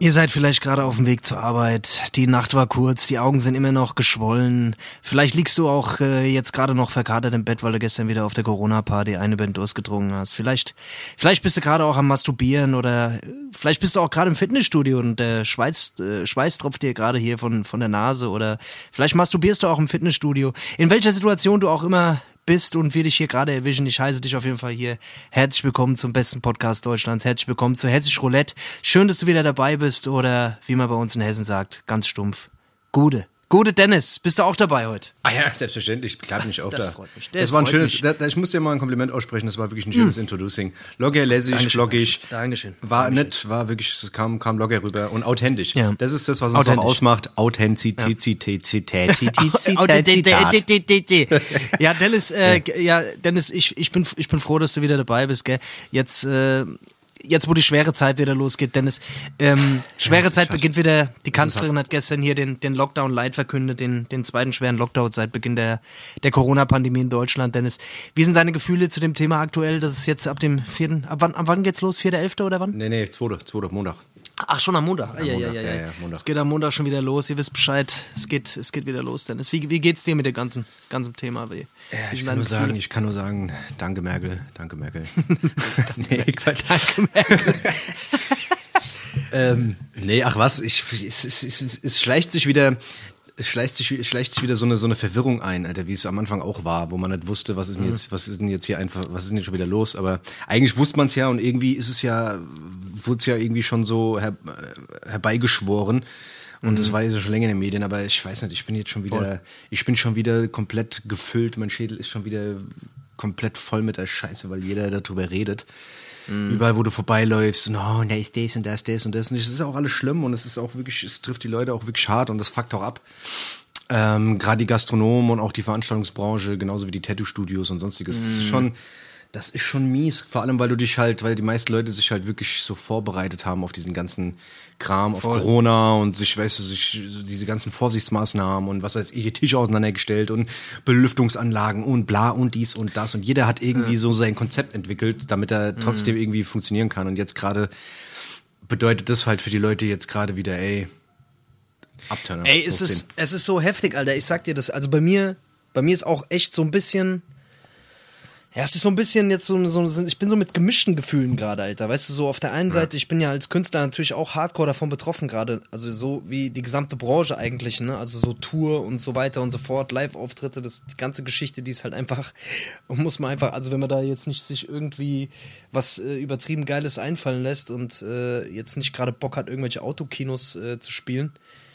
Ihr seid vielleicht gerade auf dem Weg zur Arbeit, die Nacht war kurz, die Augen sind immer noch geschwollen. Vielleicht liegst du auch jetzt gerade noch verkatert im Bett, weil du gestern wieder auf der Corona-Party eine über den Durst getrunken hast. Vielleicht bist du gerade auch am Masturbieren oder vielleicht bist du auch gerade im Fitnessstudio und der Schweiß tropft dir gerade hier von der Nase oder vielleicht masturbierst du auch im Fitnessstudio. In welcher Situation du auch immer bist und wir dich hier gerade erwischen. Ich heiße dich auf jeden Fall hier. Herzlich willkommen zum besten Podcast Deutschlands. Herzlich willkommen zu Hessisch Roulette. Schön, dass du wieder dabei bist oder wie man bei uns in Hessen sagt, ganz stumpf, Gude Dennis, bist du auch dabei heute? Ah ja, selbstverständlich, klar bin ich auch das da. Freut mich. Das war ein schönes, ich muss dir mal ein Kompliment aussprechen, das war wirklich ein schönes Introducing. Locker, lässig, flockig. Dankeschön. War nett, war wirklich, es kam locker rüber und authentisch. Ja. Das ist das, was uns auch ausmacht. Authentizität. Ja, Dennis, ich bin froh, dass du wieder dabei bist, gell? Jetzt, wo die schwere Zeit wieder losgeht, Dennis, schwere Zeit beginnt wieder, die Kanzlerin hat gestern hier den Lockdown Light verkündet, den zweiten schweren Lockdown seit Beginn der Corona-Pandemie in Deutschland, Dennis. Wie sind deine Gefühle zu dem Thema aktuell, dass es jetzt ab wann geht's los, 4.11. oder wann? Nee, 2. Montag. Ach, schon am Montag. Ja, Montag. Es geht am Montag schon wieder los. Ihr wisst Bescheid. Es geht wieder los, Dennis. Wie geht's dir mit dem ganzen Thema? Ich kann nur sagen, danke Merkel. Nee, Quatsch. Danke Merkel. Es schleicht sich wieder so eine Verwirrung ein, Alter, wie es am Anfang auch war, wo man nicht wusste, was ist denn jetzt schon wieder los, aber eigentlich wusste man es ja und irgendwie wurde es ja irgendwie schon so herbeigeschworen und das war ja schon länger in den Medien, aber ich weiß nicht, ich bin schon wieder komplett gefüllt, mein Schädel ist schon wieder komplett voll mit der Scheiße, weil jeder darüber redet. Überall, wo du vorbeiläufst und da ist das und das und das. Und es ist auch alles schlimm und es ist auch wirklich, es trifft die Leute auch wirklich hart und das fuckt auch ab. Gerade die Gastronomen und auch die Veranstaltungsbranche, genauso wie die Tattoo-Studios und sonstiges. Das ist schon mies, vor allem, weil die meisten Leute sich halt wirklich so vorbereitet haben auf diesen ganzen Kram, auf Corona und sich diese ganzen Vorsichtsmaßnahmen und was heißt die Tische auseinandergestellt und Belüftungsanlagen und bla und dies und das und jeder hat irgendwie so sein Konzept entwickelt, damit er trotzdem irgendwie funktionieren kann und jetzt gerade bedeutet das halt für die Leute jetzt gerade wieder, Abturner. Es ist so heftig, Alter, ich sag dir das, also bei mir ist auch echt so ein bisschen. Ja, es ist so ein bisschen jetzt ich bin so mit gemischten Gefühlen gerade, Alter. Weißt du, so auf der einen Seite, ich bin ja als Künstler natürlich auch hardcore davon betroffen gerade. Also so wie die gesamte Branche eigentlich, ne? Also so Tour und so weiter und so fort, Live-Auftritte, die ganze Geschichte, die ist halt einfach, also wenn man da jetzt nicht sich irgendwie was übertrieben Geiles einfallen lässt und jetzt nicht gerade Bock hat, irgendwelche Autokinos zu spielen,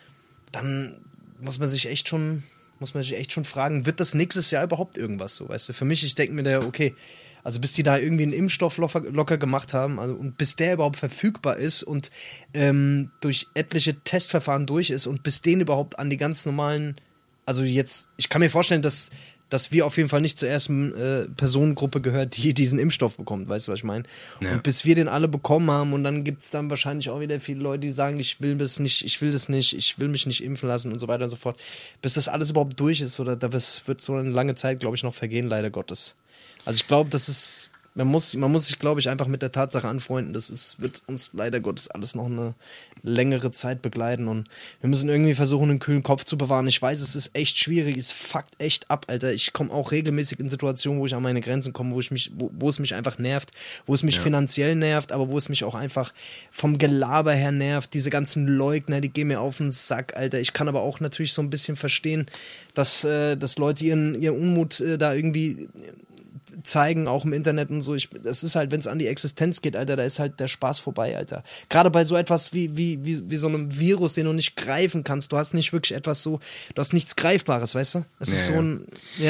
dann muss man sich echt schon fragen, wird das nächstes Jahr überhaupt irgendwas so, weißt du? Für mich, ich denke mir okay, also bis die da irgendwie einen Impfstoff locker gemacht haben, also, und bis der überhaupt verfügbar ist und durch etliche Testverfahren durch ist und bis den überhaupt an die ganz normalen, also jetzt, ich kann mir vorstellen, dass wir auf jeden Fall nicht zur ersten Personengruppe gehört, die diesen Impfstoff bekommt, weißt du, was ich meine? Ja. Und bis wir den alle bekommen haben und dann gibt es dann wahrscheinlich auch wieder viele Leute, die sagen, ich will das nicht, ich will mich nicht impfen lassen und so weiter und so fort. Bis das alles überhaupt durch ist, oder das wird so eine lange Zeit, glaube ich, noch vergehen, leider Gottes. Also ich glaube, man muss sich, glaube ich, einfach mit der Tatsache anfreunden, wird uns leider Gottes alles noch eine längere Zeit begleiten und wir müssen irgendwie versuchen, einen kühlen Kopf zu bewahren. Ich weiß, es ist echt schwierig, es fuckt echt ab, Alter. Ich komme auch regelmäßig in Situationen, wo ich an meine Grenzen komme, wo es mich einfach nervt, wo es mich finanziell nervt, aber wo es mich auch einfach vom Gelaber her nervt. Diese ganzen Leugner, die gehen mir auf den Sack, Alter. Ich kann aber auch natürlich so ein bisschen verstehen, dass Leute ihren Unmut da irgendwie zeigen, auch im Internet und so. Das ist halt, wenn es an die Existenz geht, Alter, da ist halt der Spaß vorbei, Alter. Gerade bei so etwas wie so einem Virus, den du nicht greifen kannst. Du hast nicht wirklich du hast nichts Greifbares, weißt du? Es ist so ein,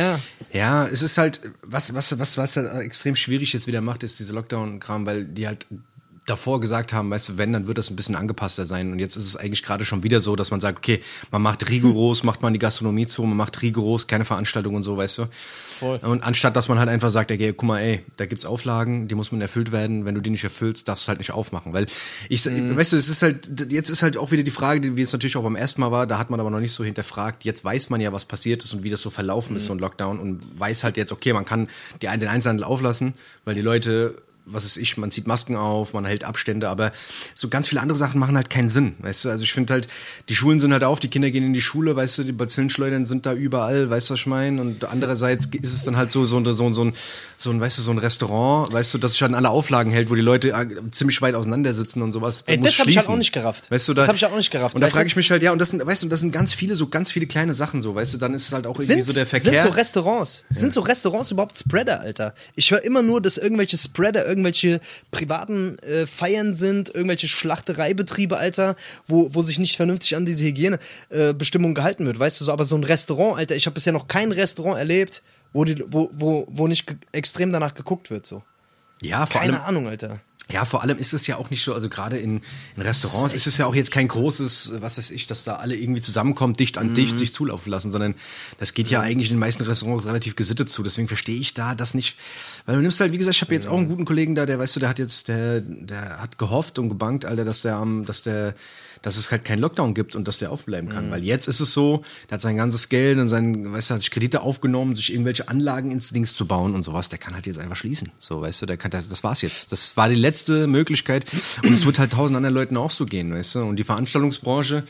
Ja, es ist halt, was halt extrem schwierig jetzt wieder macht, ist diese Lockdown-Kram, weil die halt davor gesagt haben, weißt du, wenn, dann wird das ein bisschen angepasster sein. Und jetzt ist es eigentlich gerade schon wieder so, dass man sagt, okay, man macht rigoros, macht man die Gastronomie zu, man macht rigoros, keine Veranstaltungen und so, weißt du. Voll. Und anstatt, dass man halt einfach sagt, okay, guck mal, da gibt's Auflagen, die muss man erfüllt werden. Wenn du die nicht erfüllst, darfst du halt nicht aufmachen. Weil weißt du, jetzt ist halt auch wieder die Frage, wie es natürlich auch beim ersten Mal war, da hat man aber noch nicht so hinterfragt. Jetzt weiß man ja, was passiert ist und wie das so verlaufen ist, so ein Lockdown, und weiß halt jetzt, okay, man kann den Einzelhandel auflassen, weil die Leute was ist ich, man zieht Masken auf, man hält Abstände, aber so ganz viele andere Sachen machen halt keinen Sinn, weißt du, also ich finde halt, die Schulen sind halt auf, die Kinder gehen in die Schule, weißt du, die Bazillenschleudern sind da überall, weißt du, was ich meine, und andererseits ist es dann halt so ein, weißt du, so ein Restaurant, weißt du, das sich halt an alle Auflagen hält, wo die Leute ziemlich weit auseinander sitzen und sowas. Ey, das habe ich halt auch nicht gerafft. Weißt du, das habe ich auch nicht gerafft. Und da frage ich mich halt, ja, und das sind, weißt du, das sind ganz viele kleine Sachen so, weißt du, dann ist es halt auch irgendwie so der Verkehr. Sind so Restaurants überhaupt Spreader, Alter? Ich höre immer nur, dass irgendwelche Spreader, irgendwelche privaten Feiern sind, irgendwelche Schlachtereibetriebe, Alter, wo sich nicht vernünftig an diese Hygienebestimmungen gehalten wird, weißt du, so, aber so ein Restaurant, Alter, ich habe bisher noch kein Restaurant erlebt, wo nicht extrem danach geguckt wird, so. Ja, keine Ahnung, Alter. Ja, vor allem ist es ja auch nicht so, also gerade in Restaurants ist es ja auch jetzt kein großes, was weiß ich, dass da alle irgendwie zusammenkommen, dicht an dicht sich zulaufen lassen, sondern das geht ja eigentlich in den meisten Restaurants relativ gesittet zu. Deswegen verstehe ich da das nicht, weil du nimmst halt, wie gesagt, ich habe jetzt auch einen guten Kollegen da, der, weißt du, der hat gehofft und gebangt, Alter, dass es halt keinen Lockdown gibt und dass der aufbleiben kann. Weil jetzt ist es so, der hat sein ganzes Geld und weißt du, hat sich Kredite aufgenommen, sich irgendwelche Anlagen ins Dings zu bauen und sowas, der kann halt jetzt einfach schließen. So, weißt du, das war's jetzt. Das war die letzte Möglichkeit und es wird halt 1000 anderen Leuten auch so gehen, weißt du. Und die Veranstaltungsbranche,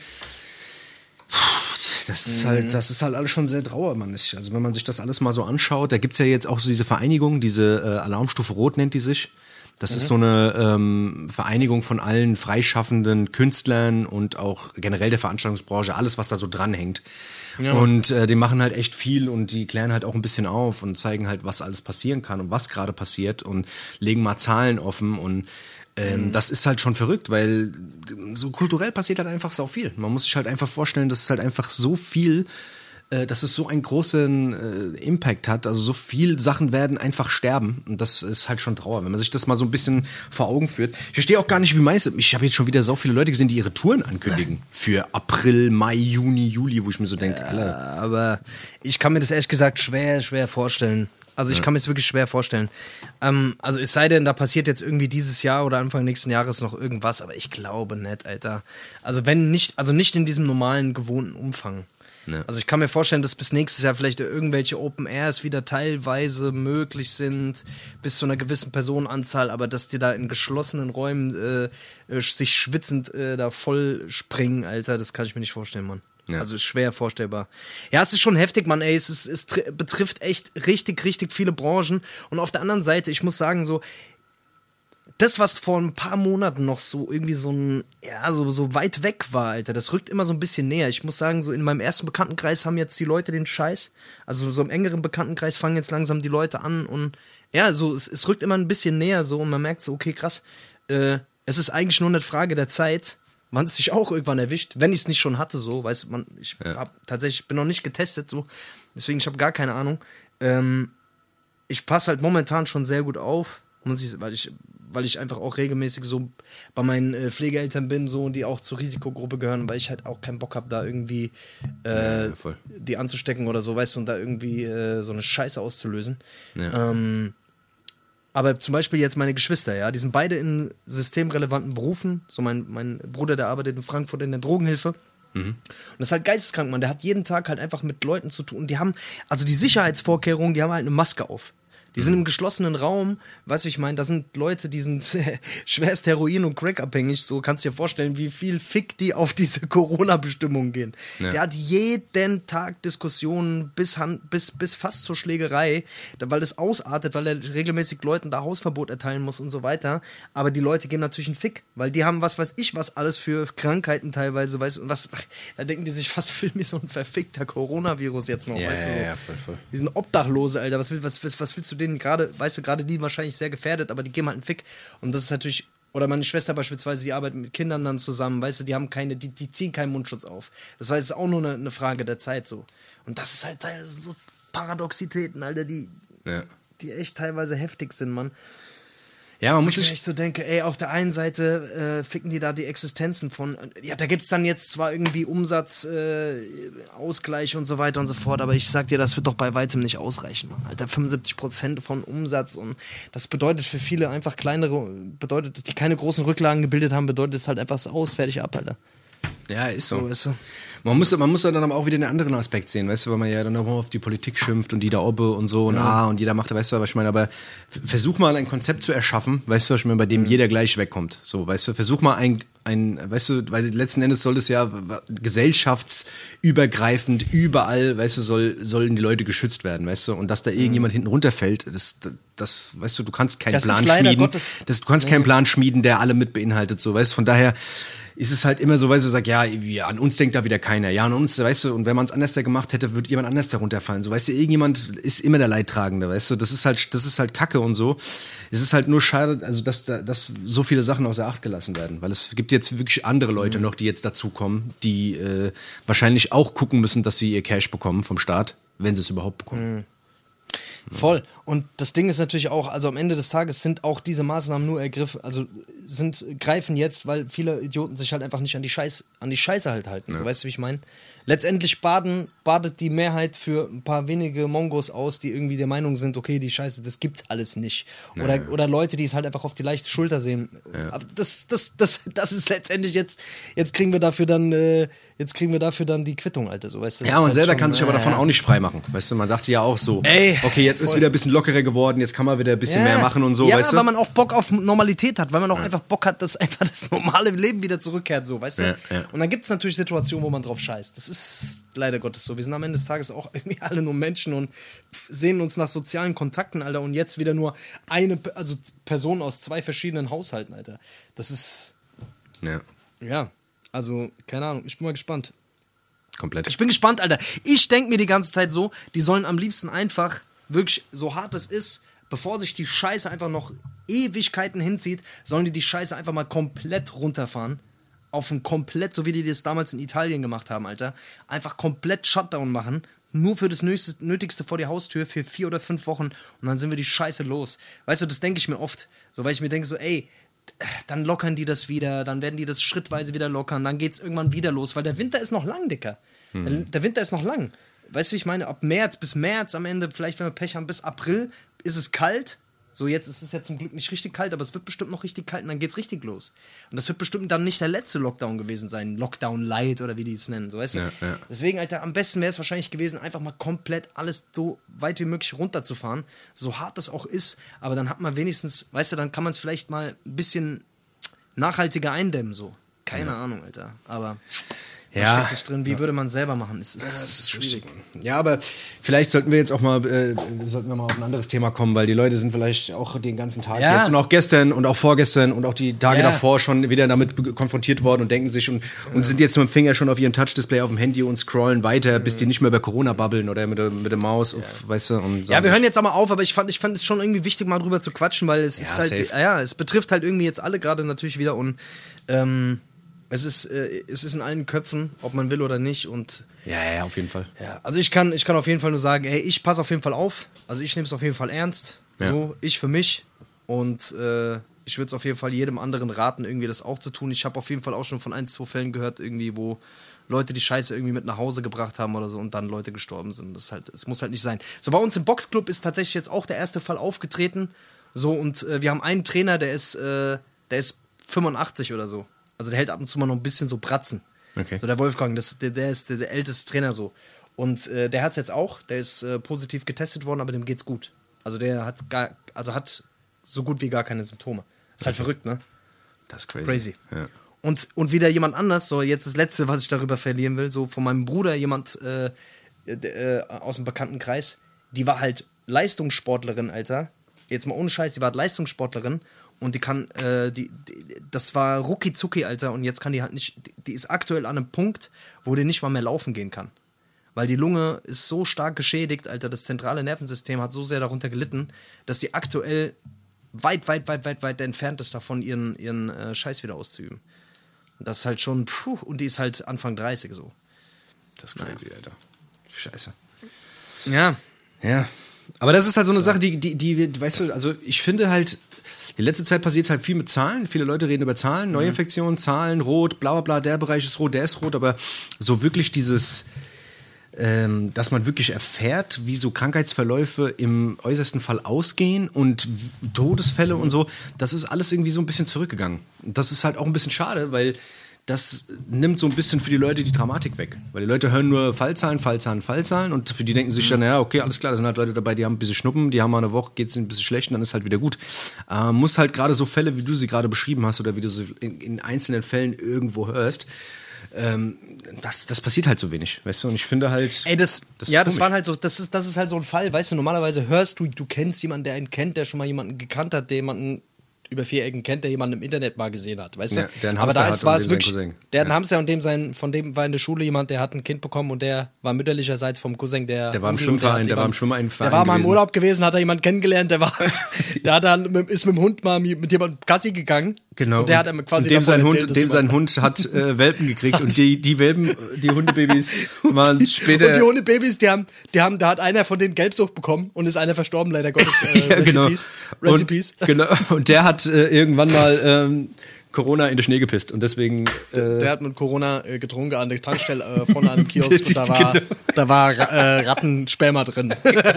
das ist halt alles schon sehr trauermannig. Also wenn man sich das alles mal so anschaut, da gibt's ja jetzt auch diese Vereinigung, diese Alarmstufe Rot nennt die sich. Das ist so eine Vereinigung von allen freischaffenden Künstlern und auch generell der Veranstaltungsbranche, alles, was da so dranhängt. Ja. Und die machen halt echt viel und die klären halt auch ein bisschen auf und zeigen halt, was alles passieren kann und was gerade passiert und legen mal Zahlen offen und das ist halt schon verrückt, weil so kulturell passiert halt einfach so viel. Man muss sich halt einfach vorstellen, dass es halt einfach so viel, dass es so einen großen Impact hat. Also so viel Sachen werden einfach sterben. Und das ist halt schon Trauer, wenn man sich das mal so ein bisschen vor Augen führt. Ich verstehe auch gar nicht, wie meist. Ich habe jetzt schon wieder so viele Leute gesehen, die ihre Touren ankündigen. Für April, Mai, Juni, Juli, wo ich mir so denke, Alter. Aber ich kann mir das ehrlich gesagt schwer vorstellen. Also ich kann mir es wirklich schwer vorstellen. Also es sei denn, da passiert jetzt irgendwie dieses Jahr oder Anfang nächsten Jahres noch irgendwas, aber ich glaube nicht, Alter. Also wenn nicht, also nicht in diesem normalen, gewohnten Umfang. Ja. Also ich kann mir vorstellen, dass bis nächstes Jahr vielleicht irgendwelche Open Airs wieder teilweise möglich sind, bis zu einer gewissen Personenanzahl, aber dass die da in geschlossenen Räumen sich schwitzend da voll springen, Alter, das kann ich mir nicht vorstellen, Mann. Ja. Also ist schwer vorstellbar. Ja, es ist schon heftig, Mann, ey, es betrifft echt richtig viele Branchen und auf der anderen Seite, ich muss sagen, so das, was vor ein paar Monaten noch so irgendwie so weit weg war, Alter, das rückt immer so ein bisschen näher. Ich muss sagen, so in meinem ersten Bekanntenkreis haben jetzt die Leute den Scheiß, also so im engeren Bekanntenkreis fangen jetzt langsam die Leute an und ja, so es rückt immer ein bisschen näher so und man merkt so, okay, krass, es ist eigentlich nur eine Frage der Zeit, wann es sich auch irgendwann erwischt, wenn ich es nicht schon hatte, so, weißt du, ich bin noch nicht getestet, so, deswegen, ich habe gar keine Ahnung. Ich passe halt momentan schon sehr gut auf, weil ich einfach auch regelmäßig so bei meinen Pflegeeltern bin, so, und die auch zur Risikogruppe gehören, weil ich halt auch keinen Bock habe, da irgendwie die anzustecken oder so, weißt du, und da irgendwie so eine Scheiße auszulösen. Ja. Aber zum Beispiel jetzt meine Geschwister, ja, die sind beide in systemrelevanten Berufen. So mein Bruder, der arbeitet in Frankfurt in der Drogenhilfe. Mhm. Und das ist halt geisteskrank, Mann. Der hat jeden Tag halt einfach mit Leuten zu tun. Die haben, also die Sicherheitsvorkehrungen, die haben halt eine Maske auf. Die sind im geschlossenen Raum, weißt du, ich meine, da sind Leute, die sind schwerst Heroin- und Crack-abhängig, so kannst du dir vorstellen, wie viel Fick die auf diese Corona-Bestimmungen gehen. Ja. Der hat jeden Tag Diskussionen bis fast zur Schlägerei, weil das ausartet, weil er regelmäßig Leuten da Hausverbot erteilen muss und so weiter, aber die Leute geben natürlich einen Fick, weil die haben was weiß ich was alles für Krankheiten teilweise, weißt du, und da denken die sich fast, viel wie so ein verfickter Coronavirus jetzt noch, weißt du, so. Ja, voll. Die sind Obdachlose, Alter, was willst du denen gerade, weißt du, gerade die wahrscheinlich sehr gefährdet, aber die geben halt einen Fick. Und das ist natürlich, oder meine Schwester beispielsweise, die arbeitet mit Kindern dann zusammen, weißt du, die haben die ziehen keinen Mundschutz auf. Das heißt, es ist auch nur eine Frage der Zeit so. Und das ist halt so Paradoxitäten, Alter, die echt teilweise heftig sind, Mann. Ja, man muss sich echt so denke, ey, auf der einen Seite ficken die da die Existenzen von, ja, da gibt's dann jetzt zwar irgendwie Umsatzausgleich und so weiter und so fort, aber ich sag dir, das wird doch bei weitem nicht ausreichen, Mann. Alter, 75% von Umsatz, und das bedeutet für viele einfach die keine großen Rücklagen gebildet haben, bedeutet es halt einfach aus, fertig ab, Alter. Ja, ist so. Weißt du? Man muss ja dann aber auch wieder einen anderen Aspekt sehen, weißt du, weil man ja dann auch auf die Politik schimpft und die da Obbe und so und und jeder macht, weißt du, was ich meine, aber versuch mal ein Konzept zu erschaffen, weißt du, was ich meine, bei dem jeder gleich wegkommt, so, weißt du, versuch mal weißt du, weil letzten Endes soll es ja gesellschaftsübergreifend überall, weißt du, sollen die Leute geschützt werden, weißt du, und dass da irgendjemand hinten runterfällt, das, weißt du, du kannst keinen Plan schmieden, du kannst keinen Plan schmieden, der alle mit beinhaltet, so, weißt du, von daher ist es halt immer so, weißt du, sag, ja, an uns denkt da wieder keiner, ja, an uns, weißt du, und wenn man es anders gemacht hätte, würde jemand anders darunter fallen, so, weißt du, irgendjemand ist immer der Leidtragende, weißt du, das ist halt Kacke und so. Es ist halt nur schade, also, dass so viele Sachen außer Acht gelassen werden, weil es gibt jetzt wirklich andere Leute noch, die jetzt dazukommen, die wahrscheinlich auch gucken müssen, dass sie ihr Cash bekommen vom Staat, wenn sie es überhaupt bekommen. Voll. Und das Ding ist natürlich auch, also am Ende des Tages sind auch diese Maßnahmen nur ergriffen, also greifen jetzt, weil viele Idioten sich halt einfach nicht an die Scheiße halt halten. Ja. So, weißt du, wie ich meine? Letztendlich badet die Mehrheit für ein paar wenige Mongos aus, die irgendwie der Meinung sind, okay, die Scheiße, das gibt's alles nicht. Oder Leute, die es halt einfach auf die leichte Schulter sehen. Ja. Aber das ist letztendlich jetzt kriegen wir dafür dann die Quittung, Alter, so, weißt du. Ja, man selber kann sich aber davon auch nicht frei machen. Weißt du, man dachte ja auch so, okay, jetzt ist wieder ein bisschen lockerer geworden, jetzt kann man wieder ein bisschen mehr machen und so, weißt du. Ja, weil man auch Bock auf Normalität hat, weil man auch einfach Bock hat, dass einfach das normale Leben wieder zurückkehrt, so, weißt du. Ja. Und dann gibt es natürlich Situationen, wo man drauf scheißt. Das ist leider Gottes so. Wir sind am Ende des Tages auch irgendwie alle nur Menschen und sehen uns nach sozialen Kontakten, Alter. Und jetzt wieder nur Personen aus 2 verschiedenen Haushalten, Alter. Das ist... Ja, also, keine Ahnung. Ich bin mal gespannt. Komplett. Ich bin gespannt, Alter. Ich denke mir die ganze Zeit so, die sollen am liebsten einfach, wirklich, so hart es ist, bevor sich die Scheiße einfach noch Ewigkeiten hinzieht, sollen die Scheiße einfach mal komplett runterfahren. Auf ein komplett, so wie die das damals in Italien gemacht haben, Alter, einfach komplett Shutdown machen, nur für das Nötigste vor die Haustür für 4 oder 5 Wochen und dann sind wir die Scheiße los. Weißt du, das denke ich mir oft, so, weil ich mir denke so, ey, dann lockern die das wieder, dann werden die das schrittweise wieder lockern, dann geht's irgendwann wieder los, weil der Winter ist noch lang, Dicker. Der Winter ist noch lang. Weißt du, wie ich meine? Ab März bis März am Ende, vielleicht wenn wir Pech haben, bis April ist es kalt. So, jetzt ist es ja zum Glück nicht richtig kalt, aber es wird bestimmt noch richtig kalt und dann geht's richtig los. Und das wird bestimmt dann nicht der letzte Lockdown gewesen sein. Lockdown Light oder wie die es nennen, so, weißt du? Ja. Deswegen, Alter, am besten wäre es wahrscheinlich gewesen, einfach mal komplett alles so weit wie möglich runterzufahren. So hart das auch ist, aber dann hat man wenigstens, weißt du, dann kann man es vielleicht mal ein bisschen nachhaltiger eindämmen, so. Keine Ahnung, Alter. Aber... Ja. Steckt nicht drin. Wie würde man selber machen? Das ist richtig. Ja, aber vielleicht sollten wir jetzt auch mal, auf ein anderes Thema kommen, weil die Leute sind vielleicht auch den ganzen Tag jetzt und auch gestern und auch vorgestern und auch die Tage davor schon wieder damit konfrontiert worden und denken sich und sind jetzt mit dem Finger schon auf ihrem Touchdisplay auf dem Handy und scrollen weiter, bis die nicht mehr über Corona babbeln oder mit der Maus, weißt du. Und wir hören jetzt aber auf, aber ich fand es schon irgendwie wichtig, mal drüber zu quatschen, weil es ist halt, es betrifft halt irgendwie jetzt alle gerade natürlich wieder und es ist in allen Köpfen, ob man will oder nicht. Und ja, auf jeden Fall. Ja, also ich kann auf jeden Fall nur sagen, ey, ich passe auf jeden Fall auf. Also ich nehme es auf jeden Fall ernst. Ja. So, ich für mich. Und ich würde es auf jeden Fall jedem anderen raten, irgendwie das auch zu tun. Ich habe auf jeden Fall auch schon von 1, 2 Fällen gehört, irgendwie, wo Leute die Scheiße irgendwie mit nach Hause gebracht haben oder so und dann Leute gestorben sind. Das muss halt nicht sein. So, bei uns im Boxclub ist tatsächlich jetzt auch der erste Fall aufgetreten. So, und wir haben einen Trainer, der ist 85 oder so. Also der hält ab und zu mal noch ein bisschen so Bratzen. Okay. So der Wolfgang, der ist der älteste Trainer so. Und der hat es jetzt auch, der ist positiv getestet worden, aber dem geht's gut. Also der hat so gut wie gar keine Symptome. Ist halt verrückt, ne? Das ist crazy. Ja. Und wieder jemand anders, so jetzt das Letzte, was ich darüber verlieren will, so von meinem Bruder, jemand aus dem Bekanntenkreis, die war halt Leistungssportlerin, Alter. Jetzt mal ohne Scheiß, die war halt Leistungssportlerin. Und die kann, das war rucki zucki, Alter, und jetzt kann die halt nicht, die ist aktuell an einem Punkt, wo die nicht mal mehr laufen gehen kann. Weil die Lunge ist so stark geschädigt, Alter, das zentrale Nervensystem hat so sehr darunter gelitten, dass die aktuell weit entfernt ist davon, ihren Scheiß wieder auszuüben. Und das ist halt schon, und die ist halt Anfang 30 so. Das ist crazy, Alter. Scheiße. Ja. Ja. Aber das ist halt so eine Sache, die weißt du, also ich finde halt, in letzter Zeit passiert halt viel mit Zahlen. Viele Leute reden über Zahlen, Neuinfektionen, Zahlen, rot, bla bla bla, der Bereich ist rot, der ist rot, aber so wirklich dieses, dass man wirklich erfährt, wie so Krankheitsverläufe im äußersten Fall ausgehen und Todesfälle und so, das ist alles irgendwie so ein bisschen zurückgegangen. Und das ist halt auch ein bisschen schade, weil das nimmt so ein bisschen für die Leute die Dramatik weg. Weil die Leute hören nur Fallzahlen und für die denken sich dann, ja, okay, alles klar, da sind halt Leute dabei, die haben ein bisschen Schnuppen, die haben mal eine Woche, geht's ihnen ein bisschen schlecht und dann ist halt wieder gut. Muss halt gerade so Fälle, wie du sie gerade beschrieben hast oder wie du sie in einzelnen Fällen irgendwo hörst, das passiert halt so wenig, weißt du? Und ich finde halt. Ey, das waren halt so, das ist halt so ein Fall, weißt du, normalerweise hörst du kennst jemanden, der einen kennt, der schon mal jemanden gekannt hat, der jemanden über 4 Ecken kennt, der jemanden im Internet mal gesehen hat, weißt du? Ja, der einen aber Hamster war hat es und wirklich, Cousin. der hat einen Hamster und von dem war in der Schule jemand, der hat ein Kind bekommen und der war mütterlicherseits vom Cousin, der war im Schwimmverein, der war im Schwimmverein. Der war mal im Urlaub gewesen, hat da jemanden kennengelernt, ist mit dem Hund mal mit jemandem Gassi gegangen. Genau. Und der hat ihm quasi sein Hund hat Welpen gekriegt und die Welpen, die Hundebabys waren später. Und die Hundebabys, da hat einer von denen Gelbsucht bekommen und ist einer verstorben, leider Gottes. Ja, genau. Recipes. Genau. Und der hat irgendwann mal Corona in den Schnee gepisst und deswegen. Der hat mit Corona getrunken an der Tankstelle vorne an dem Kiosk und da war Rattensperma drin.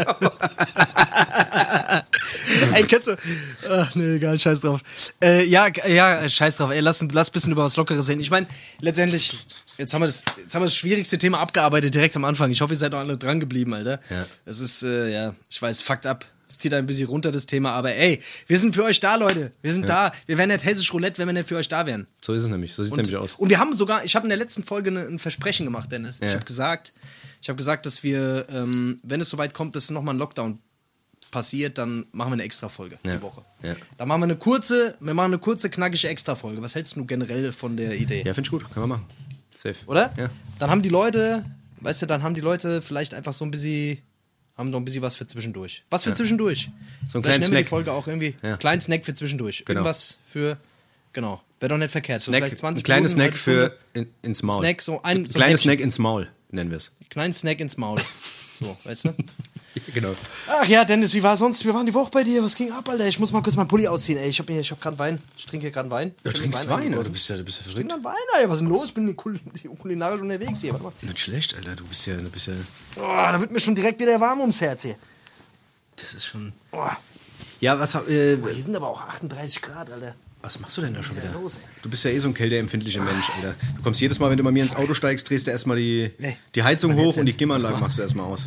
Ey, kennst du? Ach, nee, egal, scheiß drauf. Ja, scheiß drauf. Ey, lass ein bisschen über was Lockeres reden. Ich meine, letztendlich, jetzt haben wir das schwierigste Thema abgearbeitet direkt am Anfang. Ich hoffe, ihr seid noch alle dran geblieben, Alter. Ja. Es ist, ich weiß, fucked up. Es zieht ein bisschen runter, das Thema. Aber ey, wir sind für euch da, Leute. Wir sind da. Wir wären nicht hessisch Roulette, wenn wir nicht für euch da wären. So ist es nämlich. So sieht es nämlich aus. Und wir haben sogar, ich habe in der letzten Folge ein Versprechen gemacht, Dennis. Ja. Ich habe gesagt, dass wir, wenn es soweit kommt, dass nochmal ein Lockdown passiert, dann machen wir eine Extra-Folge die Woche. Ja. Dann machen wir eine kurze, knackige Extra-Folge. Was hältst du generell von der Idee? Ja, finde ich gut. Können wir machen. Safe. Oder? Ja. Dann haben die Leute, vielleicht einfach so ein bisschen, haben noch ein bisschen was für zwischendurch. Was für zwischendurch? So ein kleinen Snack. Die Folge auch irgendwie, kleinen Snack für zwischendurch. Genau. Irgendwas für, genau. Wäre doch nicht verkehrt. So Snack, vielleicht 20 ein kleines Minuten, Snack für ins Maul. Snack, ein kleines Snack ins Maul, nennen wir es. Kleinen Snack ins Maul. So, weißt du? Genau. Ach ja, Dennis, wie war sonst? Wir waren die Woche bei dir. Was ging ab, Alter? Ich muss mal kurz meinen Pulli ausziehen, ey. Ich hab gerade Wein. Ich trinke gerade Wein. Du trinkst Wein, oder? Du bist ja Ich verrückt. trinke dann Wein, Alter. Was ist denn los? Ich bin kulinarisch unterwegs hier. Warte mal. Nicht schlecht, Alter. Du bist ja. Oh, da wird mir schon direkt wieder warm ums Herz hier. Das ist schon. Oh. Ja, was. Hier sind aber auch 38 Grad, Alter. Was machst du denn da schon wieder? Los, du bist ja eh so ein kälteempfindlicher Mensch, Alter. Du kommst jedes Mal, wenn du bei mir ins Auto steigst, drehst du erstmal die Heizung hoch und die Klimaanlage machst du erstmal aus.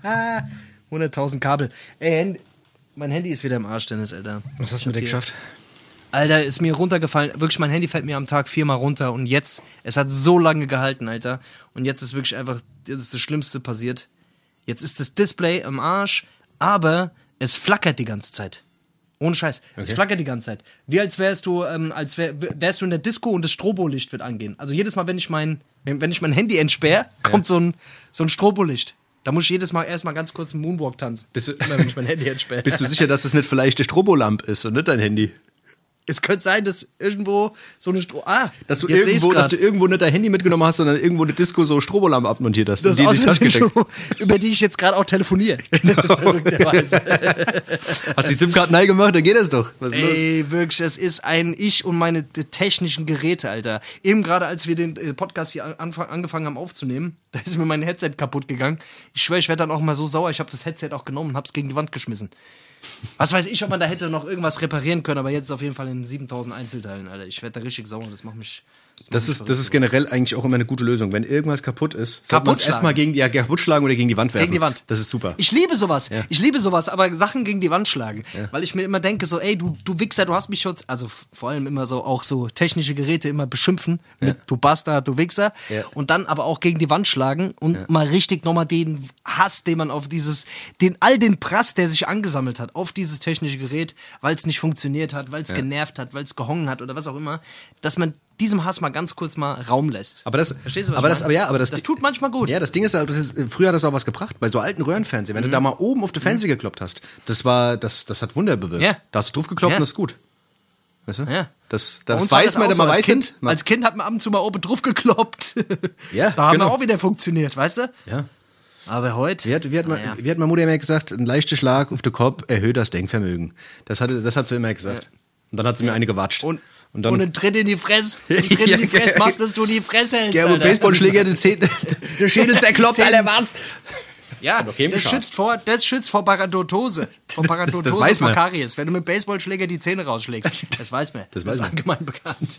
100.000 Kabel. Ey, mein Handy ist wieder im Arsch, Dennis, Alter. Was hast du mit dir geschafft? Alter, ist mir runtergefallen. Wirklich, mein Handy fällt mir am Tag 4-mal runter und jetzt, es hat so lange gehalten, Alter. Und jetzt ist wirklich einfach, jetzt ist das Schlimmste passiert. Jetzt ist das Display im Arsch, aber es flackert die ganze Zeit. Ohne Scheiß. Okay. Es flackert die ganze Zeit. Wie als wärst du in der Disco und das Strobolicht wird angehen. Also jedes Mal, wenn ich mein Handy entsperre, kommt so ein Strobolicht. Da muss ich jedes Mal erstmal ganz kurz einen Moonwalk tanzen. Wenn ich mein Handy entsperre. Bist du sicher, dass das nicht vielleicht die Strobolamp ist und nicht dein Handy? Es könnte sein, dass irgendwo so eine dass du irgendwo nicht dein Handy mitgenommen hast, sondern irgendwo eine Disco so Strobolampe abmontiert hast. Das ist über die ich jetzt gerade auch telefoniere. Genau. Hast die SIM-Karte neu gemacht? Dann geht das doch. Was ist los? Ey, wirklich, es ist ich und meine technischen Geräte, Alter. Eben gerade, als wir den Podcast hier angefangen haben aufzunehmen, da ist mir mein Headset kaputt gegangen. Ich schwöre, ich werde dann auch mal so sauer. Ich habe das Headset auch genommen und habe es gegen die Wand geschmissen. Was weiß ich, ob man da hätte noch irgendwas reparieren können, aber jetzt auf jeden Fall in 7000 Einzelteilen, Alter. Ich werde da richtig sauer, das macht mich. Das ist generell eigentlich auch immer eine gute Lösung. Wenn irgendwas kaputt ist, sollte man es erstmal kaputt schlagen oder gegen die Wand werfen. Gegen die Wand. Das ist super. Ich liebe sowas. Ja. Ich liebe sowas, aber Sachen gegen die Wand schlagen. Ja. Weil ich mir immer denke, so, ey, du Wichser, du hast mich schon, also vor allem immer so, auch so technische Geräte immer beschimpfen mit du Bastard, du Wichser. Ja. Und dann aber auch gegen die Wand schlagen und mal richtig nochmal den Hass, den man auf den Prass, der sich angesammelt hat, auf dieses technische Gerät, weil es nicht funktioniert hat, weil es genervt hat, weil es gehongen hat oder was auch immer, dass man diesem Hass mal ganz kurz mal Raum lässt. Aber das, verstehst du, was ich meine? Das tut manchmal gut. Ja, das Ding ist, früher hat das auch was gebracht. Bei so alten Röhrenfernsehen, wenn du da mal oben auf den Fernseher gekloppt hast, das hat Wunder bewirkt. Ja. Da hast du drauf gekloppt und das ist gut. Weißt du? Ja. Das weiß man, man weiß nicht. Als Kind hat man ab und zu mal oben drauf gekloppt. Ja, da haben wir auch wieder funktioniert, weißt du? Ja. Aber heute. Wie hat meine Mutter immer gesagt, ein leichter Schlag auf den Kopf erhöht das Denkvermögen. Das hat sie immer gesagt. Ja. Und dann hat sie mir eine gewatscht. Und einen Tritt in die Fresse. In die Fresse machst, dass du die Fresse hältst. Ja, aber Baseballschläger, der Schädel zerkloppt, Alter, was? Ja, Hat doch keinem das geschadet. schützt vor Paradontose. Vor Paradontose das weiß und vor man. Karies. Wenn du mit dem Baseballschläger die Zähne rausschlägst. Das weiß man. Das Das weiß ist man. allgemein bekannt.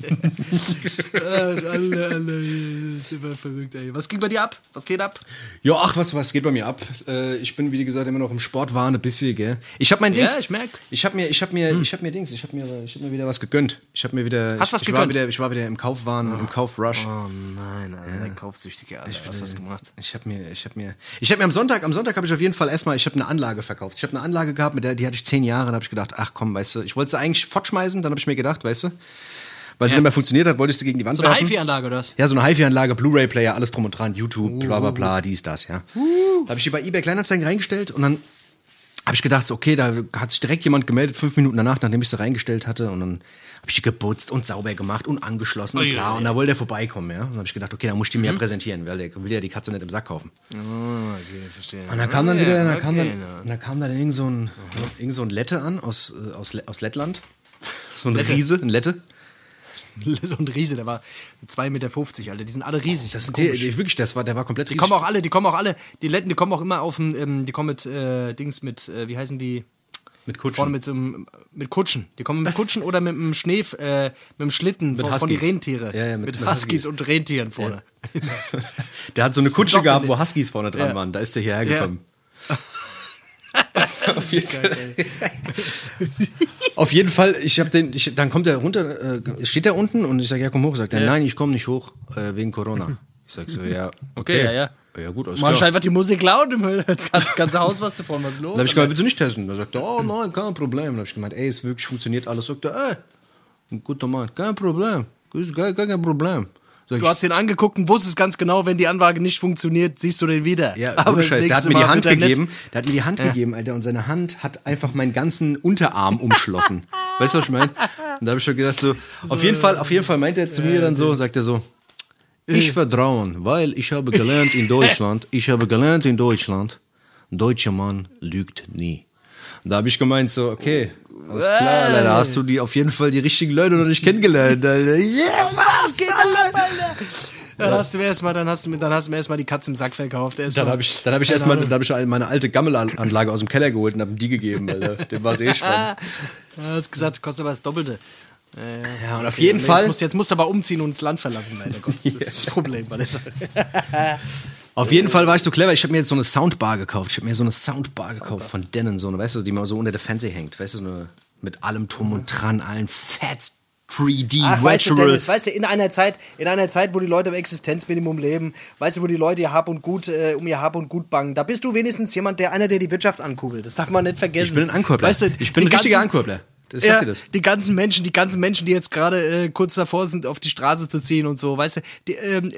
alle, das ist immer verrückt, ey. Was ging bei dir ab? Was geht ab? Ja, ach, was geht bei mir ab? Ich bin, wie gesagt, immer noch im Sportwahn ein bisschen, gell? Ich hab mein Dings. Ja, ich merk. Ich hab mir wieder was gegönnt. Hast was ich gegönnt? Ich war wieder im Kaufwahn, im Kaufrush. Oh nein, Alter, kaufsüchtige, Alter. Was hast du gemacht? Ich hab mir am Sonntag habe ich auf jeden Fall ich habe eine Anlage verkauft. Ich habe eine Anlage gehabt, die hatte ich 10 Jahre, da habe ich gedacht, ach komm, weißt du, ich wollte sie eigentlich fortschmeißen, dann habe ich mir gedacht, weißt du, weil sie nicht mehr funktioniert hat, wollte ich sie gegen die Wand So eine werfen. HiFi-Anlage oder was? Ja, so eine HiFi-Anlage, Blu-ray-Player, alles drum und dran, YouTube, bla bla bla, dies, das, ja. Da habe ich die bei eBay Kleinanzeigen reingestellt und dann habe ich gedacht, so, okay, da hat sich direkt jemand gemeldet, 5 Minuten danach, nachdem ich sie reingestellt hatte und dann habe ich die geputzt und sauber gemacht und angeschlossen und bla und da wollte er vorbeikommen, ja. Und dann habe ich gedacht, okay, dann muss ich die mir präsentieren, weil der will ja die Katze nicht im Sack kaufen. Oh, okay, verstehe. Und da kam dann wieder, da kam dann irgend so ein Lette an aus Lettland. So ein Riese, ein Lette. So ein Riese, der war 2,50 Meter, Alter. Die sind alle riesig. Das ist Wirklich, der war komplett riesig. Die kommen auch alle, die Letten, die kommen auch immer auf dem, die kommen mit, wie heißen die? Mit Kutschen. Vorne mit Kutschen. Die kommen mit Kutschen oder mit dem Schnee, mit dem Schlitten von den Rentiere. Ja, mit Huskies und Rentieren vorne. Ja. Der hat so eine Kutsche gehabt, wo Huskies vorne dran waren. Da ist der hierher gekommen. Ja. Auf jeden Fall, dann kommt er runter, steht er unten und ich sage, ja, komm hoch. Sagt er, nein, ich komme nicht hoch, wegen Corona. Ich sag so, ja, okay. Ja, gut, alles Mach klar. einfach die Musik laut, das ganze Haus was davon, was ist los? Dann hab ich gemeint, willst du nicht testen? Da sagt er, oh nein, kein Problem. Dann hab ich gemeint, ey, es wirklich funktioniert alles. Sagt er, ey, ein guter Mann, kein Problem, gar kein Problem. Du hast den angeguckt und wusstest ganz genau, wenn die Anlage nicht funktioniert, siehst du den wieder. Ja, aber Scheiß, der hat mir die Hand gegeben. Der hat mir die Hand gegeben, Alter, und seine Hand hat einfach meinen ganzen Unterarm umschlossen. Weißt du, was ich meine? Und da habe ich schon gedacht, so, auf jeden Fall meint er zu mir dann so, sagt er so, ich vertraue, weil ich habe gelernt in Deutschland, deutscher Mann lügt nie. Und da habe ich gemeint so, okay, alles klar, Alter, da hast du auf jeden Fall die richtigen Leute noch nicht kennengelernt, Alter. Yeah, was geht ab, Alter? Dann hast du mir erstmal die Katze im Sack verkauft. Dann hab ich meine alte Gammelanlage aus dem Keller geholt und hab ihm die gegeben, Alter. Dem war es eh Schwanz. Du hast gesagt, kostet aber das Doppelte. Ja, und auf jeden Fall. Jetzt musst du aber umziehen und das Land verlassen, Alter. Gott, das ist das Problem bei der Sache. Auf jeden Fall war ich so clever. Ich habe mir jetzt so eine Soundbar gekauft. Von Denon, so eine, weißt du, die mal so unter der Fernseher hängt. Weißt du, so eine, mit allem Drum und Dran, allen Fats 3D, weißt du, Dennis, weißt du, in einer Zeit, wo die Leute im Existenzminimum leben, weißt du, wo die Leute ihr Hab und Gut, um ihr Hab und Gut bangen, da bist du wenigstens einer, der die Wirtschaft ankugelt. Das darf man nicht vergessen. Ich bin ein Ankurbler. Weißt du, ich bin ein richtiger Ankurbler. Ja, die ganzen Menschen, die jetzt gerade kurz davor sind, auf die Straße zu ziehen und so, weißt du,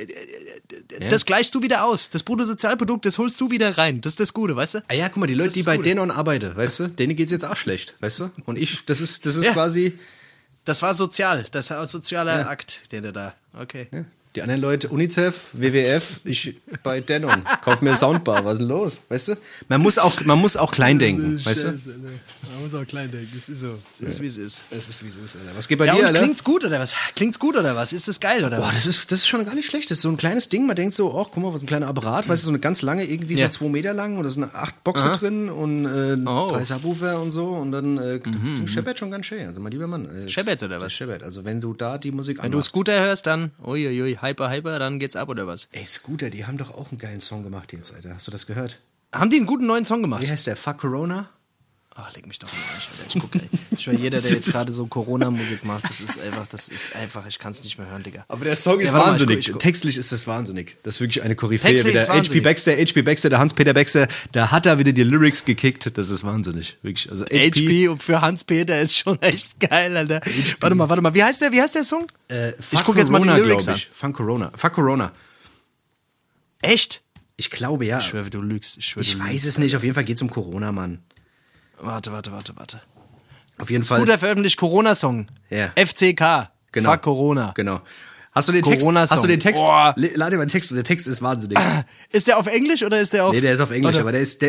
das gleichst du wieder aus. Das Bruttosozialprodukt, das holst du wieder rein. Das ist das Gute, weißt du? Ah ja, guck mal, die Leute, die bei Denon arbeiten, weißt du, denen geht's jetzt auch schlecht, weißt du? Und das ist quasi... Das war sozial, das war ein sozialer Akt, der da, okay. Ja. Die anderen Leute, UNICEF, WWF, ich bei Denon, kauf mir Soundbar, was ist denn los, weißt du? Man muss auch klein denken, weißt du? Man muss auch klein denken, es ist so, es ist wie es ist. Alter. Was geht bei dir, Alter? Klingt's gut oder was? Ist das geil oder was? Boah, das ist schon gar nicht schlecht, das ist so ein kleines Ding, man denkt so, oh, guck mal, was ein kleiner Apparat, weißt du, so eine ganz lange, irgendwie so 2 Meter lang und da sind 8 Boxen drin und 3 Subwoofer und so und dann das scheppert schon ganz schön, also mein lieber Mann. Scheppert oder was? Scheppert, also wenn du da die Musik Wenn du Scooter hörst, dann, uiuiui, hyper, dann geht's ab oder was? Ey, Scooter, die haben doch auch einen geilen Song gemacht jetzt, Alter. Hast du das gehört? Haben die einen guten neuen Song gemacht? Wie heißt der? Fuck Corona? Ach, leg mich doch mal Arsch, Alter. Ich gucke, ich schwör, jeder, der jetzt gerade so Corona-Musik macht, das ist einfach, ich kann es nicht mehr hören, Digga. Aber der Song ist wahnsinnig. Textlich ist das wahnsinnig. Das ist wirklich eine Koryphäe. HP Baxter, der Hans-Peter Baxter, da hat er wieder die Lyrics gekickt. Das ist wahnsinnig. Wirklich. Also HP und für Hans-Peter ist schon echt geil, Alter. Warte mal. Wie heißt der Song? Ich gucke jetzt mal die Lyrics an. Fuck Corona. Echt? Ich glaube, ja. Ich schwöre, du lügst. Ich weiß es nicht. Auf jeden Fall geht's um Corona, Mann. Warte. Auf jeden Fall. Scooter veröffentlicht Corona-Song. Ja. FCK. Genau. Fuck Corona. Genau. Hast du den Text? Oh. Lade mal den Text. Der Text ist wahnsinnig. Ist der auf Englisch oder ist der auf... Nee, der ist auf Englisch, aber der ist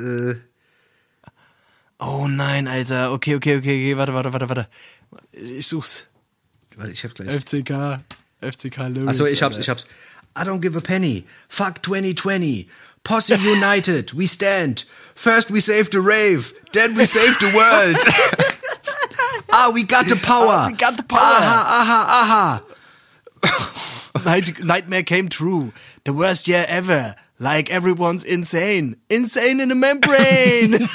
Oh nein, Alter. Okay. Warte. Ich such's. Warte, ich hab gleich. FCK Lyrics. Achso, ich hab's. I don't give a penny. Fuck 2020. Posse united, we stand. First we save the rave, then we save the world. We got the power. We got the power. Aha. Nightmare came true. The worst year ever. Like everyone's insane. Insane in the membrane.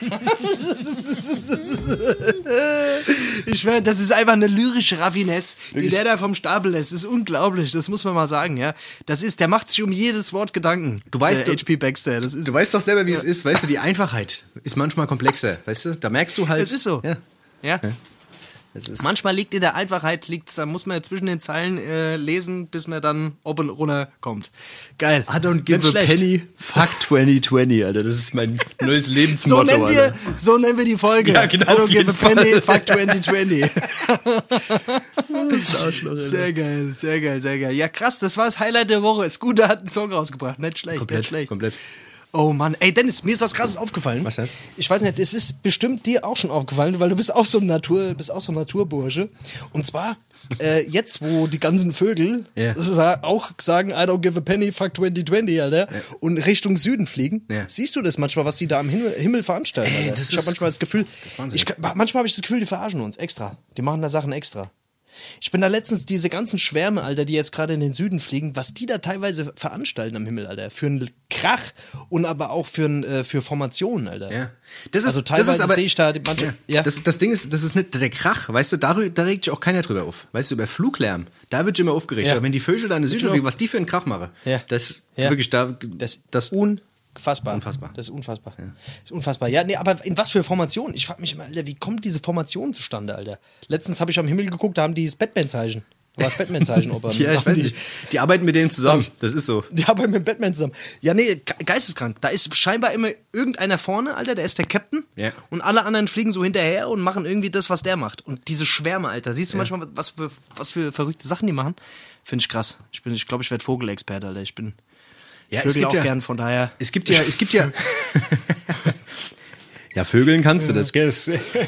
Ich schwöre, das ist einfach eine lyrische Raffinesse, die der da vom Stapel lässt. Das ist unglaublich, das muss man mal sagen, ja. Der macht sich um jedes Wort Gedanken. Du weißt, H.P. Baxter, das ist. Du weißt doch selber, wie es ist. Weißt du, die Einfachheit ist manchmal komplexer. Weißt du, da merkst du halt. Das ist so. Ja. Ist Manchmal liegt in der Einfachheit, da muss man ja zwischen den Zeilen lesen, bis man dann oben runterkommt. Geil. I don't give a penny, fuck 2020, Alter. Das ist mein neues Lebensmotto, so nennen wir die Folge. Ja, genau. I don't give a penny, fuck 2020. Das ist Arschloch, Alter. Sehr geil. Ja, krass, das war das Highlight der Woche. Scooter hat einen Song rausgebracht. Nicht schlecht. Komplett. Oh Mann, ey Dennis, mir ist was Krasses aufgefallen. Was denn? Ich weiß nicht, es ist bestimmt dir auch schon aufgefallen, weil du bist auch so ein Naturbursche. Und zwar, jetzt, wo die ganzen Vögel auch sagen, I don't give a penny, fuck 2020, Alter, und Richtung Süden fliegen, siehst du das manchmal, was die da am Himmel veranstalten, Alter? Ich habe manchmal das Gefühl, manchmal habe ich das Gefühl, die verarschen uns extra. Die machen da Sachen extra. Ich bin da letztens diese ganzen Schwärme, Alter, die jetzt gerade in den Süden fliegen, was die da teilweise veranstalten am Himmel, Alter. Für einen Krach und aber auch für Formationen, Alter. Ja. Teilweise sehe ich da manche. Ja. Das Ding ist, das ist nicht der Krach, weißt du, da regt sich auch keiner drüber auf. Weißt du, über Fluglärm, da wird sich immer aufgeregt. Ja. Aber wenn die Vögel da in den Süden fliegen, was die für einen Krach machen, das wirklich da. Das Unfassbar. Das ist unfassbar. Ja. Das ist unfassbar. Ja, nee, aber in was für Formationen? Ich frage mich immer, Alter, wie kommt diese Formation zustande, Alter? Letztens habe ich am Himmel geguckt, da haben die das Batman-Zeichen. Da war das Batman-Zeichen. Ja, ich weiß nicht. Die arbeiten mit denen zusammen. Das ist so. Die arbeiten mit Batman zusammen. Ja, nee, geisteskrank. Da ist scheinbar immer irgendeiner vorne, Alter, der ist der Captain. Ja. Und alle anderen fliegen so hinterher und machen irgendwie das, was der macht. Und diese Schwärme, Alter. Siehst du manchmal, was für verrückte Sachen die machen? Finde ich krass. Ich glaube, ich werde Vogelexperte, Alter. Ja, es gibt gern, von daher. Es gibt ja. Ja, Vögeln kannst du das, gell?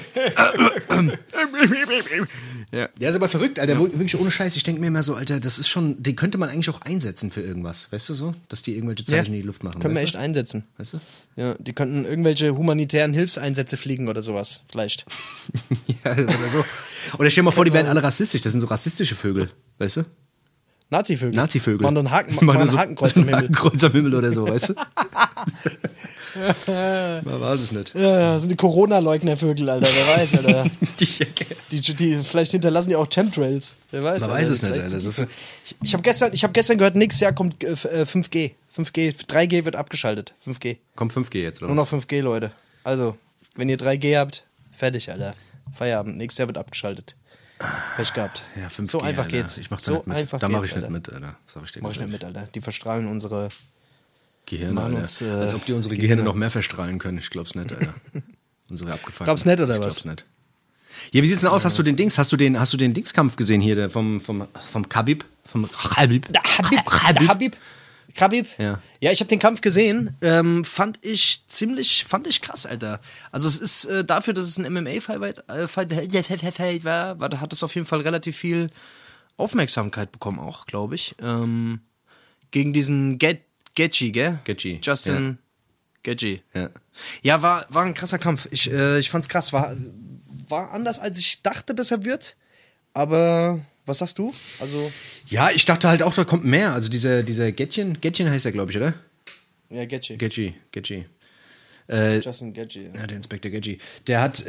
Ja, ist aber verrückt, Alter. Wirklich ohne Scheiß. Ich denke mir immer so, Alter, das ist schon, die könnte man eigentlich auch einsetzen für irgendwas. Weißt du so? Dass die irgendwelche Zeichen in die Luft machen. Können wir echt einsetzen. Weißt du? Ja, die könnten irgendwelche humanitären Hilfseinsätze fliegen oder sowas. Vielleicht. Ja, oder so. Oder stell dir mal vor, die wären alle rassistisch. Das sind so rassistische Vögel. Weißt du? Nazi-Vögel. Machen dann ein Hakenkreuz am Himmel. Hakenkreuz am Himmel oder so, weißt du? Man weiß es nicht. Ja, sind die Corona-Leugner-Vögel, Alter. Wer weiß, Alter. Die vielleicht hinterlassen die auch Chemtrails. Wer weiß, Man Alter. weiß es nicht, Alter. So ich hab gestern gehört, nächstes Jahr kommt 5G. 3G wird abgeschaltet. 5G. Kommt 5G jetzt, oder? Nur noch 5G, Leute. Also, wenn ihr 3G habt, fertig, Alter. Feierabend. Nächstes Jahr wird abgeschaltet. Pech gehabt. Ja, 5G, so einfach Alter. geht's. Ich mach da nicht mit. Da mach ich nicht mit, Alter. Mach ich nicht mit, Alter. Die verstrahlen unsere Gehirne, Alter. Als ob die unsere Gehirne noch mehr verstrahlen können. Ich glaub's nicht, Alter. Unsere abgefuckten. Glaubst nicht, oder was? Ich glaub's nicht. Ja, wie sieht's denn aus? Hast du den Dingskampf gesehen hier, vom Khabib? Vom Khabib? Khabib? Ja, ich habe den Kampf gesehen. Fand ich krass, Alter. Also es ist dafür, dass es ein MMA-Fight war, hat es auf jeden Fall relativ viel Aufmerksamkeit bekommen auch, glaube ich. Gegen diesen Gaethje, gell? Gaethje. Justin Gaethje. Ja, war ein krasser Kampf. Ich fand's krass. War anders, als ich dachte, dass er wird. Aber was sagst du? Also ja, ich dachte halt auch, da kommt mehr. Also dieser Gaethje heißt er, glaube ich, oder? Ja, Gaethje. Justin Gaethje. Ja, der Inspektor Gaethje. Der hat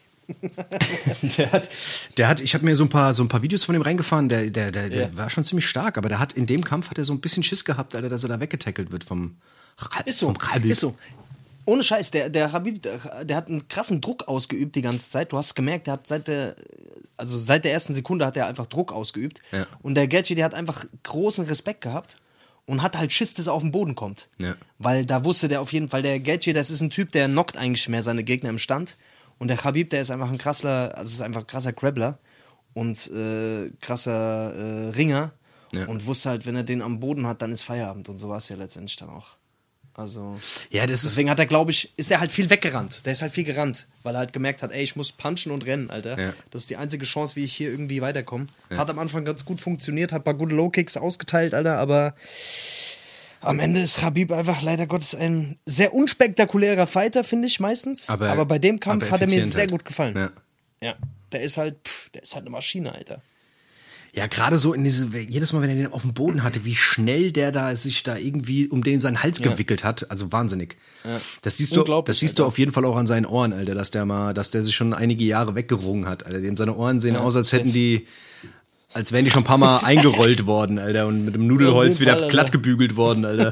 ich habe mir so ein paar Videos von ihm reingefahren, der war schon ziemlich stark, aber in dem Kampf hat er so ein bisschen Schiss gehabt, Alter, dass er da weggetackelt wird vom Khabib. Ist so. Ohne Scheiß, der Khabib, der hat einen krassen Druck ausgeübt die ganze Zeit. Du hast gemerkt, der hat seit der ersten Sekunde hat er einfach Druck ausgeübt. Ja. Und der Gaethje, der hat einfach großen Respekt gehabt und hat halt Schiss, dass er auf den Boden kommt. Ja. Weil da wusste der auf jeden Fall, der Gaethje, das ist ein Typ, der knockt eigentlich mehr seine Gegner im Stand. Und der Khabib, der ist einfach ein krasser Grappler und krasser Ringer. Ja. Und wusste halt, wenn er den am Boden hat, dann ist Feierabend. Und so war es ja letztendlich dann auch. Also, ja, deswegen hat er, glaube ich, ist er halt viel weggerannt. Der ist halt viel gerannt, weil er halt gemerkt hat, ey, ich muss punchen und rennen, Alter. Ja. Das ist die einzige Chance, wie ich hier irgendwie weiterkomme. Ja. Hat am Anfang ganz gut funktioniert, hat ein paar gute Low-Kicks ausgeteilt, Alter, aber Am Ende ist Khabib einfach leider Gottes ein sehr unspektakulärer Fighter, finde ich meistens. Aber bei dem Kampf hat er mir sehr gut gefallen. Ja. Der ist halt eine Maschine, Alter. Ja, gerade so jedes Mal, wenn er den auf dem Boden hatte, wie schnell der da sich da irgendwie um den seinen Hals gewickelt hat, also wahnsinnig. Ja. Das siehst du auf jeden Fall auch an seinen Ohren, Alter, dass der sich schon einige Jahre weggerungen hat, Alter. Seine Ohren sehen aus, als wären die schon ein paar Mal eingerollt worden, Alter, und mit dem Nudelholz wieder glatt gebügelt worden, Alter.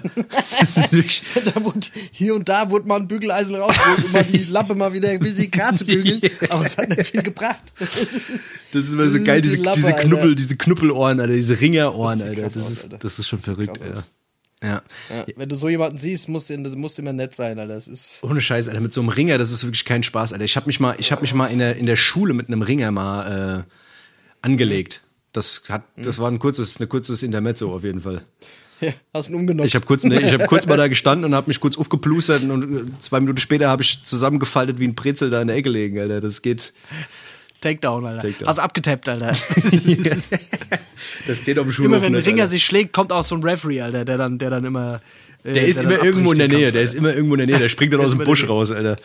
Hier und da wurde mal ein Bügeleisen rausgeholt, um mal die Lappe mal wieder ein bisschen gerade zu bügeln, aber es hat nicht viel gebracht. Das ist immer so geil, diese Knuppelohren, Alter, diese Ringerohren, Alter. Das ist schon verrückt, Alter. Ja. Wenn du so jemanden siehst, musst du immer nett sein, Alter. Das ist ohne Scheiß, Alter, mit so einem Ringer, das ist wirklich kein Spaß, Alter. Ich hab mich mal in der Schule mit einem Ringer mal angelegt. Das war ein kurzes Intermezzo auf jeden Fall. Ja, hast ihn umgenommen. Ich hab kurz mal da gestanden und hab mich kurz aufgeplustert und 2 Minuten später habe ich zusammengefaltet wie ein Brezel da in der Ecke liegen, Alter. Das geht. Takedown, Alter. Hast abgetappt, Alter. Das zählt auf dem Schulhof. Immer wenn ein Ringer sich schlägt, kommt auch so ein Referee, Alter, der dann immer. Der ist immer irgendwo in der Nähe, der springt dann aus dem Busch raus, Alter.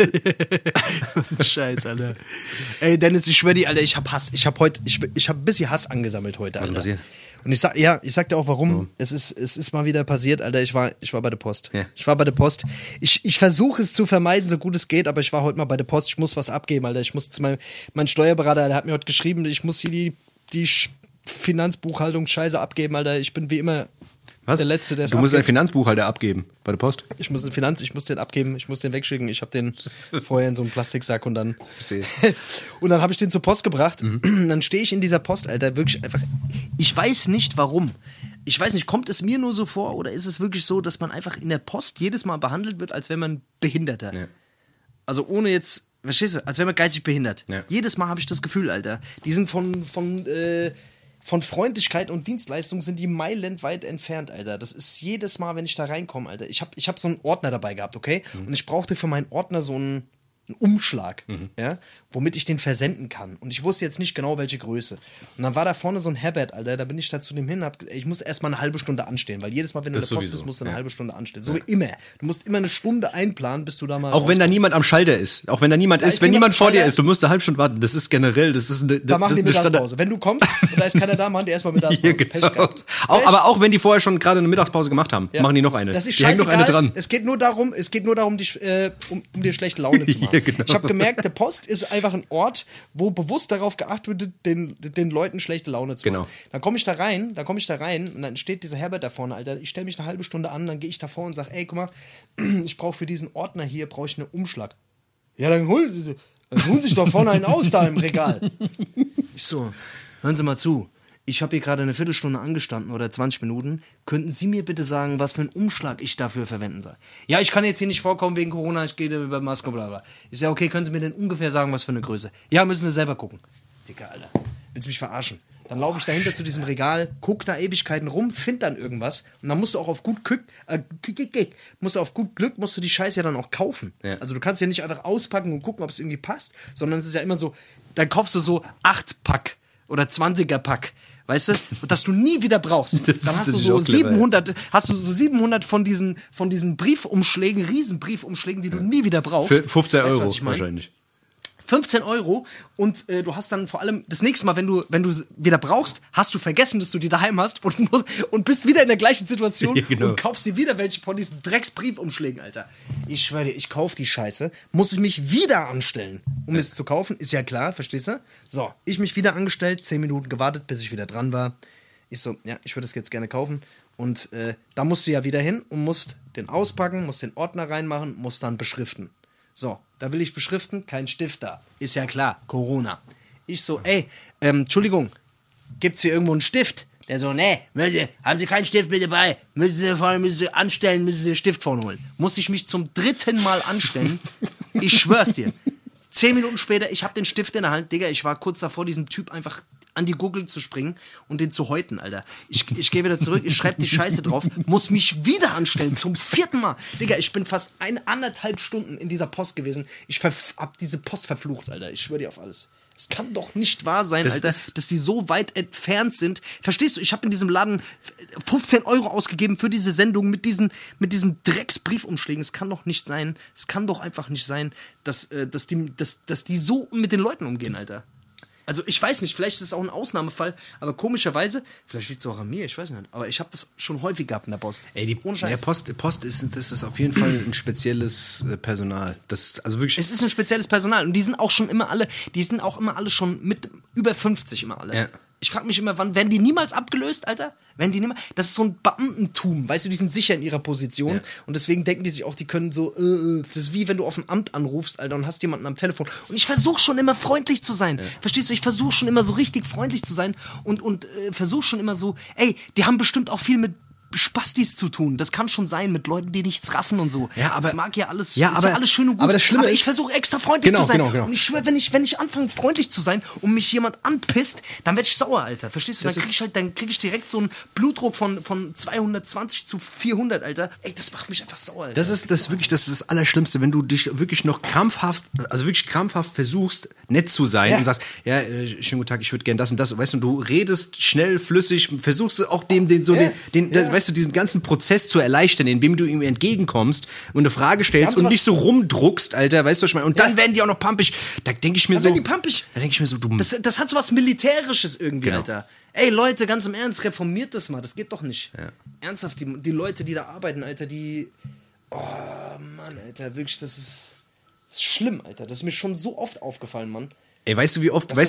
Das ist Scheiß, Alter. Ey, Dennis, ich schwör dir, Alter, ich hab ein bisschen Hass angesammelt heute, Alter. Was ist passiert? Und ich sag dir auch warum. Es ist mal wieder passiert, Alter, ich war bei der Post. Ja. Ich war bei der Post. Ich versuche es zu vermeiden, so gut es geht, aber ich war heute mal bei der Post, ich muss was abgeben, Alter. Ich muss zu mein Steuerberater, der hat mir heute geschrieben, ich muss hier die Finanzbuchhaltung Scheiße abgeben, Alter. Ich bin wie immer was? Der Letzte, der es Du musst einen Finanzbuchhalter abgeben bei der Post? Ich muss den abgeben, ich muss den wegschicken. Ich habe den vorher in so einem Plastiksack und dann und dann habe ich den zur Post gebracht. Dann stehe ich in dieser Post, Alter, wirklich einfach. Ich weiß nicht warum. Ich weiß nicht, kommt es mir nur so vor oder ist es wirklich so, dass man einfach in der Post jedes Mal behandelt wird, als wäre man Behinderter? Ja. Also ohne jetzt, verstehst du, als wäre man geistig behindert. Ja. Jedes Mal habe ich das Gefühl, Alter. Die sind von Freundlichkeit und Dienstleistung sind die meilenweit entfernt, Alter. Das ist jedes Mal, wenn ich da reinkomme, Alter. Ich hab so einen Ordner dabei gehabt, okay? Und ich brauchte für meinen Ordner so einen Umschlag, ja, womit ich den versenden kann. Und ich wusste jetzt nicht genau, welche Größe. Und dann war da vorne so ein Herbert, Alter, da bin ich da zu dem hin, ich musste erstmal eine halbe Stunde anstehen, weil jedes Mal, wenn du in der Post bist, musst du eine halbe Stunde anstehen. So wie immer. Du musst immer eine Stunde einplanen, bis du da mal auch wenn da niemand am Schalter ist. Auch wenn da niemand ist. Wenn niemand vor dir ist, du musst eine halbe Stunde warten. Das ist generell, da machen die Mittagspause. Wenn du kommst und da ist keiner da, machen die erstmal Mittagspause. Ja, genau. Pech gehabt. Aber auch wenn die vorher schon gerade eine Mittagspause gemacht haben, machen die noch eine. Das ist die hängen noch eine dran. Es geht nur darum, um dir schlechte Laune zu machen. Ja, genau. Ich habe gemerkt, der Post ist einfach ein Ort, wo bewusst darauf geachtet wird, den Leuten schlechte Laune zu machen. Genau. Dann komme ich da rein und dann steht dieser Herbert da vorne, Alter. Ich stelle mich eine halbe Stunde an, dann gehe ich davor und sage, ey, guck mal, ich brauche für diesen Ordner hier, brauche ich einen Umschlag. Ja, dann holen sich doch vorne einen aus da im Regal. Ich so, hören Sie mal zu. Ich habe hier gerade eine Viertelstunde angestanden oder 20 Minuten. Könnten Sie mir bitte sagen, was für einen Umschlag ich dafür verwenden soll? Ja, ich kann jetzt hier nicht vorkommen wegen Corona, ich gehe über Maske, bla bla. Ich sage, okay, können Sie mir denn ungefähr sagen, was für eine Größe? Ja, müssen Sie selber gucken. Dicker, Alter. Willst du mich verarschen? Dann laufe ich dahinter zu diesem Regal, guck da Ewigkeiten rum, find dann irgendwas und dann musst du auch auf gut Glück, musst du die Scheiße ja dann auch kaufen. Ja. Also du kannst ja nicht einfach auspacken und gucken, ob es irgendwie passt, sondern es ist ja immer so, dann kaufst du so 8-Pack oder 20er-Pack. Weißt du, dass du nie wieder brauchst. Dann hast du so 700 von diesen Briefumschlägen, Riesenbriefumschlägen, die du nie wieder brauchst. Für 15 Euro wahrscheinlich. 15 Euro und du hast dann vor allem das nächste Mal, wenn du wieder brauchst, hast du vergessen, dass du die daheim hast und bist wieder in der gleichen Situation ja, genau. Und kaufst dir wieder welche von diesen Drecksbriefumschlägen, Alter. Ich schwöre dir, ich kauf die Scheiße, muss ich mich wieder anstellen, um es zu kaufen, ist ja klar, verstehst du? So, ich mich wieder angestellt, 10 Minuten gewartet, bis ich wieder dran war. Ich so, ja, ich würde das jetzt gerne kaufen. Und da musst du ja wieder hin und musst den auspacken, musst den Ordner reinmachen, musst dann beschriften. So, da will ich beschriften, kein Stift da. Ist ja klar, Corona. Ich so, ey, Entschuldigung, gibt's hier irgendwo einen Stift? Der so, nee, haben Sie keinen Stift mit dabei? Müssen Sie anstellen, müssen Sie den Stift vorne holen. Muss ich mich zum 3. Mal anstellen? Ich schwör's dir. 10 Minuten später, ich hab den Stift in der Hand, Digga, ich war kurz davor, diesem Typ einfach an die Gurgel zu springen und den zu häuten, Alter. Ich gehe wieder zurück, ich schreibe die Scheiße drauf, muss mich wieder anstellen, zum 4. Mal. Digga, ich bin fast 1,5 Stunden in dieser Post gewesen. Ich hab diese Post verflucht, Alter. Ich schwöre dir auf alles. Es kann doch nicht wahr sein, Das Alter, ist- dass die so weit entfernt sind. Verstehst du, ich habe in diesem Laden 15 Euro ausgegeben für diese Sendung mit diesen Drecksbriefumschlägen. Es kann doch nicht sein, es kann doch einfach nicht sein, dass die so mit den Leuten umgehen, Alter. Also ich weiß nicht, vielleicht ist es auch ein Ausnahmefall, aber komischerweise, vielleicht liegt es auch an mir, ich weiß nicht, aber ich habe das schon häufig gehabt in der Post. Ey, Ohne Scheiß. Post das ist auf jeden Fall ein spezielles Personal. Das ist also wirklich. Es ist ein spezielles Personal und die sind auch immer alle schon mit über 50 immer alle. Ja. Ich frage mich immer, wann werden die niemals abgelöst, Alter? Werden die niemals? Das ist so ein Beamtentum, weißt du, die sind sicher in ihrer Position und deswegen denken die sich auch, die können so, das ist wie wenn du auf ein Amt anrufst, Alter, und hast jemanden am Telefon. Und ich versuche schon immer freundlich zu sein. Verstehst du? Ich versuche schon immer so richtig freundlich zu sein und versuche schon immer so, ey, die haben bestimmt auch viel mit Spastis zu tun. Das kann schon sein, mit Leuten, die nichts raffen und so. Ja, aber- das mag ja alles, Ja, ist aber- ja alles schön und gut. aber das Schlimme ich ist- versuche extra freundlich Genau, zu sein. genau. Und ich schwöre, wenn ich anfange freundlich zu sein und mich jemand anpisst, dann werde ich sauer, Alter. Verstehst du? Dann krieg ich direkt so einen Blutdruck von 220 zu 400, Alter. Ey, das macht mich einfach sauer, Alter. Das ist das Allerschlimmste, wenn du dich wirklich noch krampfhaft versuchst, nett zu sein und sagst, ja, schönen guten Tag, ich würde gern das und das, weißt du redest schnell, flüssig, versuchst auch weißt du, diesen ganzen Prozess zu erleichtern, indem du ihm entgegenkommst und eine Frage stellst und nicht so rumdruckst, Alter, weißt du, was ich meine? Und dann werden die auch noch pampig. Da denke ich mir so, werden die pampig. Da denke ich mir so, du Das hat so was Militärisches irgendwie, Genau. Alter. Ey, Leute, ganz im Ernst, reformiert das mal. Das geht doch nicht. Ernsthaft, die Leute, die da arbeiten, Alter, die... Oh, Mann, Alter, wirklich, das ist schlimm, Alter. Das ist mir schon so oft aufgefallen, Mann. Ey, weißt du, wie oft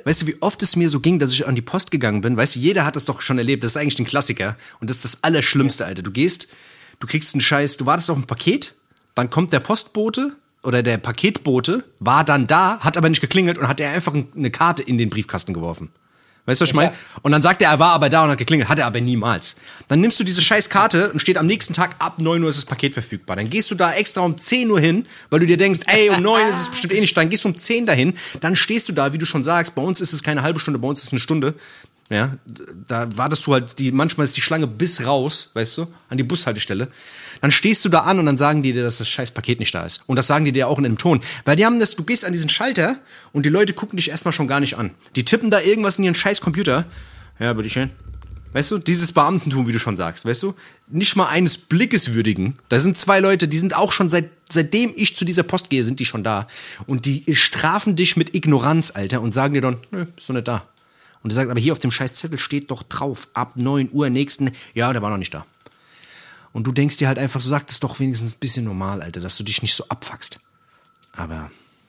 es mir so ging, dass ich an die Post gegangen bin? Weißt du, jeder hat das doch schon erlebt. Das ist eigentlich ein Klassiker. Und das ist das Allerschlimmste, Alter. Du kriegst einen Scheiß, du wartest auf ein Paket, dann kommt der Postbote oder der Paketbote, war dann da, hat aber nicht geklingelt und hat er einfach eine Karte in den Briefkasten geworfen. Weißt du, was ich meine? Und dann sagt er war aber da und hat geklingelt, hat er aber niemals. Dann nimmst du diese scheiß Karte und steht am nächsten Tag ab 9 Uhr ist das Paket verfügbar. Dann gehst du da extra um 10 Uhr hin, weil du dir denkst, ey, um 9 ist es bestimmt eh nicht. Dann gehst du um 10 dahin, dann stehst du da, wie du schon sagst, bei uns ist es keine halbe Stunde, bei uns ist es eine Stunde. Ja, da wartest du halt, manchmal ist die Schlange bis raus, weißt du, an die Bushaltestelle. Dann stehst du da an und dann sagen die dir, dass das scheiß Paket nicht da ist. Und das sagen die dir auch in einem Ton. Weil die haben das, du gehst an diesen Schalter und die Leute gucken dich erstmal schon gar nicht an. Die tippen da irgendwas in ihren scheiß Computer. Ja, bitteschön. Weißt du, dieses Beamtentum, wie du schon sagst, weißt du? Nicht mal eines Blickes würdigen. Da sind 2 Leute, die sind auch schon seitdem ich zu dieser Post gehe, sind die schon da. Und die strafen dich mit Ignoranz, Alter, und sagen dir dann, nö, bist du nicht da. Und du sagst, aber hier auf dem scheiß Zettel steht doch drauf, ab 9 Uhr nächsten, ja, der war noch nicht da. Und du denkst dir halt einfach, so sag das doch wenigstens ein bisschen normal, Alter, dass du dich nicht so abfuckst. Aber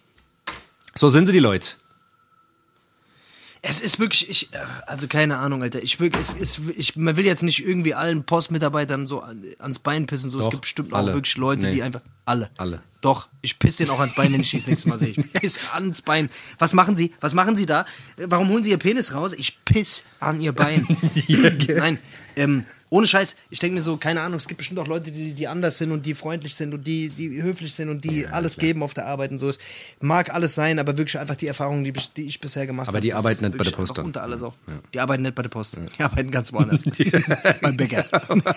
so sind sie, die Leute. Es ist wirklich, also keine Ahnung, Alter. Man will jetzt nicht irgendwie allen Postmitarbeitern so ans Bein pissen. So. Doch, Es gibt bestimmt alle. auch wirklich Leute, die einfach. Alle. Alle. Doch, ich piss denen auch ans Bein, wenn ich die das nächste Mal sehe. Ich piss ans Bein. Was machen Sie? Was machen Sie da? Warum holen Sie Ihr Penis raus? Ich piss an Ihr Bein. Nein, ohne Scheiß, ich denke mir so, keine Ahnung, es gibt bestimmt auch Leute, die anders sind und die freundlich sind und die höflich sind und die alles geben auf der Arbeit und so. Es mag alles sein, aber wirklich einfach die Erfahrungen, die ich bisher gemacht habe. Aber die das arbeiten ist nicht bei der wirklich Post einfach dann. unter alles auch. Ja. Die arbeiten nicht bei der Post. Die arbeiten ganz woanders. Beim Bäcker.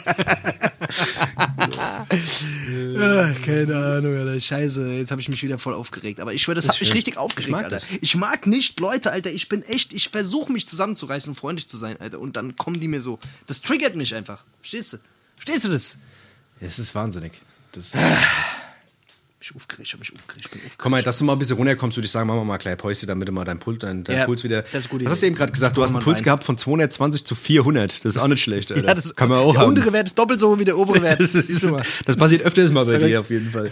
Keine Ahnung, Alter. Scheiße, jetzt habe ich mich wieder voll aufgeregt. Aber ich schwöre, das hat mich richtig aufgeregt, mag Alter. das. Ich mag nicht Leute, Alter. Ich versuche mich zusammenzureißen und freundlich zu sein, Alter. Und dann kommen die mir so. Das triggert mich einfach. Verstehst du? Verstehst du das? Es ist wahnsinnig. Das Ich bin aufgeregt. Komm mal, dass du mal ein bisschen runterkommst, würde ich sagen, machen wir mal gleich Päuschen, damit du mal dein Puls wieder. das ist eine gute Was hast Idee. du eben gerade gesagt? Du hast einen Puls gehabt von 220 zu 400. Das ist auch nicht schlecht, Alter. Ja, das kann man auch der haben. untere Wert ist doppelt so hoch wie der obere Wert. Das passiert öfters mal bei dir auf jeden Fall.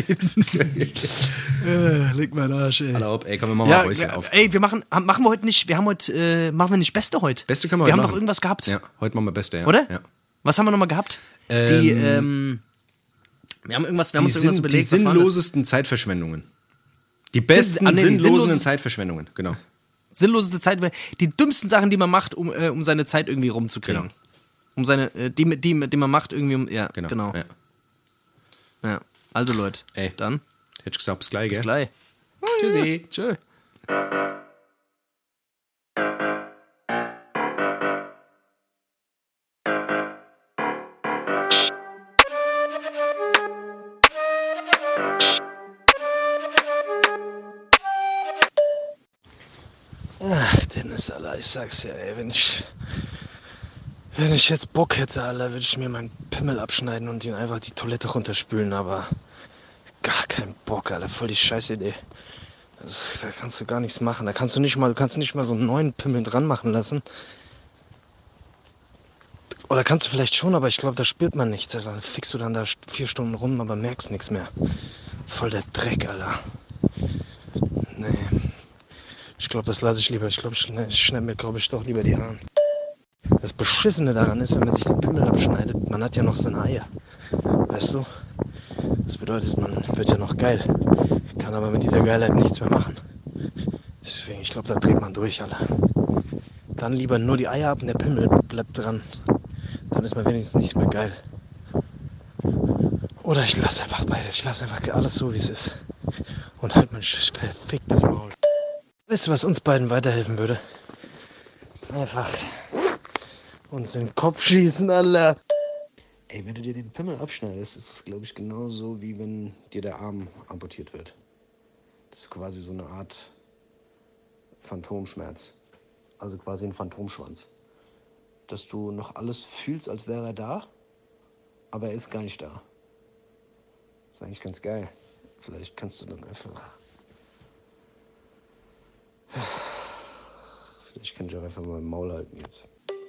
Leg mal Arsch, ey. Hallo, ey, komm, wir machen mal ein Päuschen auf. Ey, machen wir heute nicht, machen wir nicht Beste heute? Beste können wir Wir heute haben doch machen. irgendwas gehabt, Ja, heute machen wir Beste, ja. oder? Ja. Was haben wir nochmal gehabt? Wir haben uns Die irgendwas überlegt. Was war das? sinnlosesten Zeitverschwendungen. Die besten die sinnlosen Zeitverschwendungen, genau. Sinnloseste Zeit, die dümmsten Sachen, die man macht, um seine Zeit irgendwie rumzukriegen. Genau. Um seine, die man macht irgendwie, ja, genau. Ja. Ja. Also Leute, Ey. dann Hätte ich gesagt, bis gleich, bis gell? gleich. Tschüssi. Tschö. Ach, Dennis, Alter, ich sag's ja, ey, wenn ich jetzt Bock hätte, Alter, würde ich mir meinen Pimmel abschneiden und ihn einfach die Toilette runterspülen, aber gar keinen Bock, Alter, voll die Scheißidee. Da kannst du gar nichts machen, du kannst nicht mal so einen neuen Pimmel dran machen lassen. Oder kannst du vielleicht schon, aber ich glaube, da spürt man nichts. Dann fickst du dann da 4 Stunden rum, aber merkst nichts mehr. Voll der Dreck, Alter. Nee. Ich glaube, das lasse ich lieber. Ich glaube, ich schneide mir, doch lieber die Haare. Das Beschissene daran ist, wenn man sich den Pimmel abschneidet, man hat ja noch seine Eier. Weißt du? Das bedeutet, man wird ja noch geil. Kann aber mit dieser Geilheit nichts mehr machen. Deswegen, ich glaube, dann dreht man durch, Alter. Dann lieber nur die Eier ab und der Pimmel bleibt dran. Dann ist man wenigstens nicht mehr geil. Oder ich lasse einfach beides. Ich lasse einfach alles so, wie es ist. Und halt mein verficktes Maul. Weißt du, was uns beiden weiterhelfen würde? Einfach uns in den Kopf schießen, Alter. Ey, wenn du dir den Pimmel abschneidest, ist das, glaube ich, genauso wie wenn dir der Arm amputiert wird. Das ist quasi so eine Art Phantomschmerz. Also quasi ein Phantomschwanz. Dass du noch alles fühlst, als wäre er da, aber er ist gar nicht da. Das ist eigentlich ganz geil. Vielleicht kannst du dann einfach... Vielleicht kann ich auch einfach mal im Maul halten jetzt.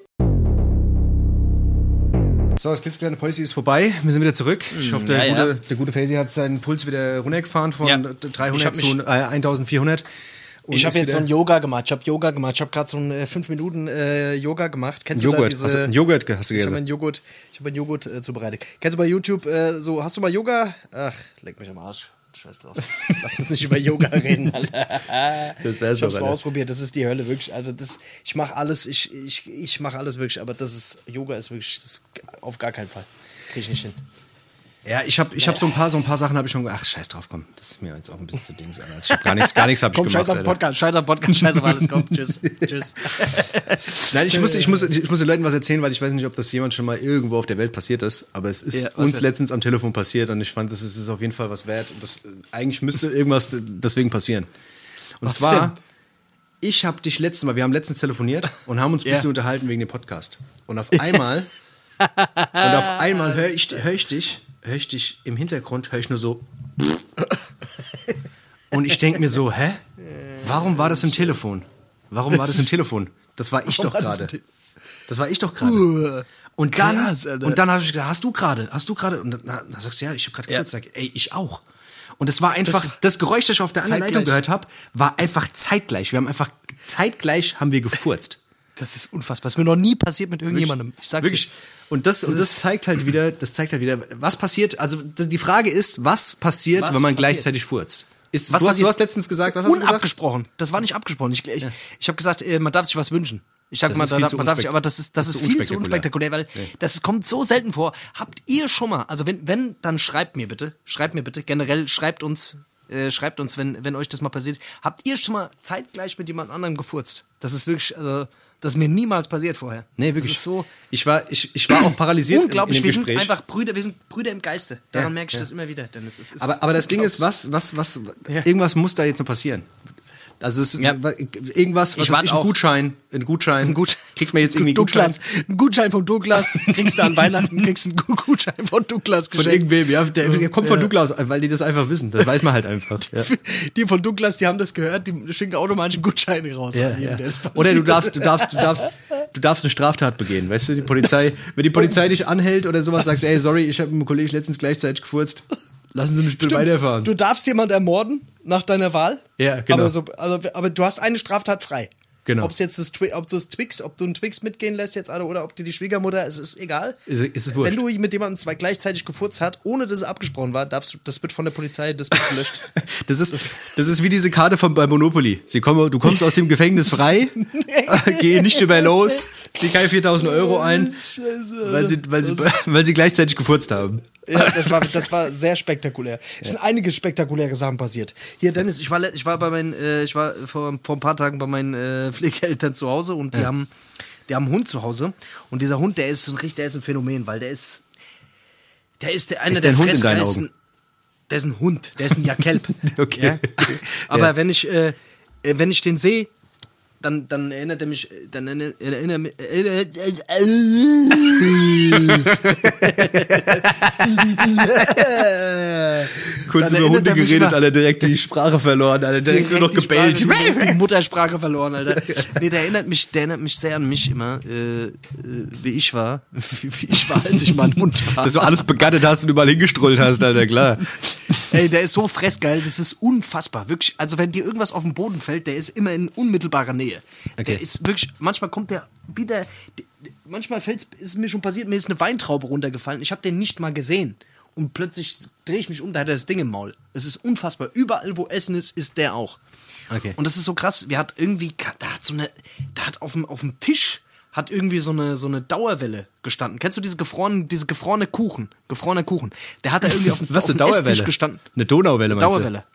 So, das klitzekleine Policy ist vorbei. Wir sind wieder zurück. Ich hoffe, der gute Faisy hat seinen Puls wieder runtergefahren von 300 zu 1400. Und ich habe jetzt so ein Yoga gemacht. Ich habe gerade so ein 5 Minuten Yoga gemacht. Kennst du Joghurt? Da diese, einen Joghurt hast du gegessen? Ich habe einen Joghurt zubereitet. Kennst du bei YouTube hast du mal Yoga? Ach, leck mich am Arsch. Scheiß drauf. Lass uns nicht über Yoga reden, Alter. Das wär's ich hab's mal ausprobiert, das ist die Hölle, wirklich. Also ich mache alles, ich mache alles wirklich, aber Yoga ist wirklich, das auf gar keinen Fall. Krieg ich nicht hin. Ja, ich hab so ein paar Sachen habe ich schon, ach, scheiß drauf, komm, das ist mir jetzt auch ein bisschen zu Dings, aber ich hab gar nichts habe ich gemacht. Scheiß auf Podcast, scheiß auf alles, komm, tschüss. Nein, ich muss den Leuten was erzählen, weil ich weiß nicht, ob das jemand schon mal irgendwo auf der Welt passiert ist, aber es ist uns letztens am Telefon passiert und ich fand, das ist auf jeden Fall was wert und eigentlich müsste irgendwas deswegen passieren. Und was zwar, denn? Wir haben letztens telefoniert und haben uns ein bisschen unterhalten wegen dem Podcast. Und auf einmal höre ich dich im Hintergrund, höre ich nur so. Und ich denke mir so, hä? Warum war das im Telefon? Das war ich doch gerade. Und dann habe ich gedacht, hast du gerade? Und dann sagst du, ja, ich habe gerade kurz gesagt, ey, ich auch. Und es war einfach, das Geräusch, das ich auf der anderen Leitung gehört habe, war einfach zeitgleich. Zeitgleich haben wir gefurzt. Das ist unfassbar. Das ist mir noch nie passiert mit irgendjemandem. Ich sag's wirklich. Und das zeigt halt wieder, was passiert, also die Frage ist, was passiert, wenn man gleichzeitig furzt? Du hast letztens gesagt, was hast du gesagt? Unabgesprochen. Das war nicht abgesprochen. Ich habe gesagt, man darf sich was wünschen. Ich sag mal, aber das ist viel zu unspektakulär, weil das kommt so selten vor. Habt ihr schon mal, also wenn, dann schreibt mir bitte, generell schreibt uns, wenn euch das mal passiert, habt ihr schon mal zeitgleich mit jemand anderem gefurzt? Das ist wirklich, also, das ist mir niemals passiert vorher. Nee, wirklich. Das ist so ich war auch paralysiert unglaublich, in dem Gespräch. Wir sind einfach Brüder, wir sind Brüder im Geiste. Daran merke ich das immer wieder. Denn es ist aber das Ding ist, irgendwas muss da jetzt noch passieren. Also es ist irgendwas, was ist ein Gutschein. Kriegt man jetzt irgendwie Douglas, einen Gutschein von Douglas, kriegst du an Weihnachten, einen Gutschein von Douglas geschenkt. Von irgendwem, ja, der kommt von Douglas, weil die das einfach wissen. Das weiß man halt einfach. Ja. Die von Douglas, die haben das gehört, die schicken automatisch einen Gutschein raus. Ja. Oder du darfst eine Straftat begehen, weißt du, wenn die Polizei dich anhält oder sowas, sagst, ey, sorry, ich habe mit einem Kollegen letztens gleichzeitig gefurzt. Lassen Sie mich bitte weiterfahren. Du darfst jemanden ermorden nach deiner Wahl. Ja, genau. Aber du hast eine Straftat frei. Genau. Ob du einen Twix mitgehen lässt jetzt oder ob dir die Schwiegermutter, es ist egal. Ist es wurscht. Wenn du mit jemandem zwei gleichzeitig gefurzt hast, ohne dass es abgesprochen war, das wird von der Polizei, das wird gelöscht. Das ist wie diese Karte bei Monopoly. Du kommst aus dem Gefängnis frei, geh nicht mehr los, zieh keine 4.000 Euro ein, weil sie gleichzeitig gefurzt haben. Ja, das war sehr spektakulär. Es sind einige spektakuläre Sachen passiert. Hier, Dennis, ich war vor ein paar Tagen bei meinen Pflegeeltern zu Hause und die haben einen Hund zu Hause. Und dieser Hund, der ist ein Phänomen, weil der ist einer der fressgeilsten. Der ist ein Hund, der ist ein Jakelb. Okay. Ja? Aber wenn ich den sehe, dann erinnert er mich, Kurz über Hunde geredet, Alter, direkt die Sprache verloren, Alter, direkt nur noch gebellt. Die Muttersprache verloren, Alter. Nee, der erinnert mich sehr an mich immer, wie ich war, als ich mal ein Hund war. Dass du alles begattet hast und überall hingestrollt hast, Alter, klar. Ey, der ist so fressgeil, das ist unfassbar, wirklich. Also wenn dir irgendwas auf den Boden fällt, der ist immer in unmittelbarer Nähe. Okay. Der ist wirklich, manchmal kommt der wieder, manchmal ist mir schon passiert, mir ist eine Weintraube runtergefallen, ich habe den nicht mal gesehen. Und plötzlich drehe ich mich um, da hat er das Ding im Maul. Es ist unfassbar. Überall, wo Essen ist der auch. Okay. Und das ist so krass. Der hat auf dem Tisch hat irgendwie so eine Dauerwelle gestanden. Kennst du diese gefrorene Kuchen? Gefrorener Kuchen. Der hat da irgendwie auf dem Esstisch gestanden. Eine Donauwelle, meinst du? Dauerwelle.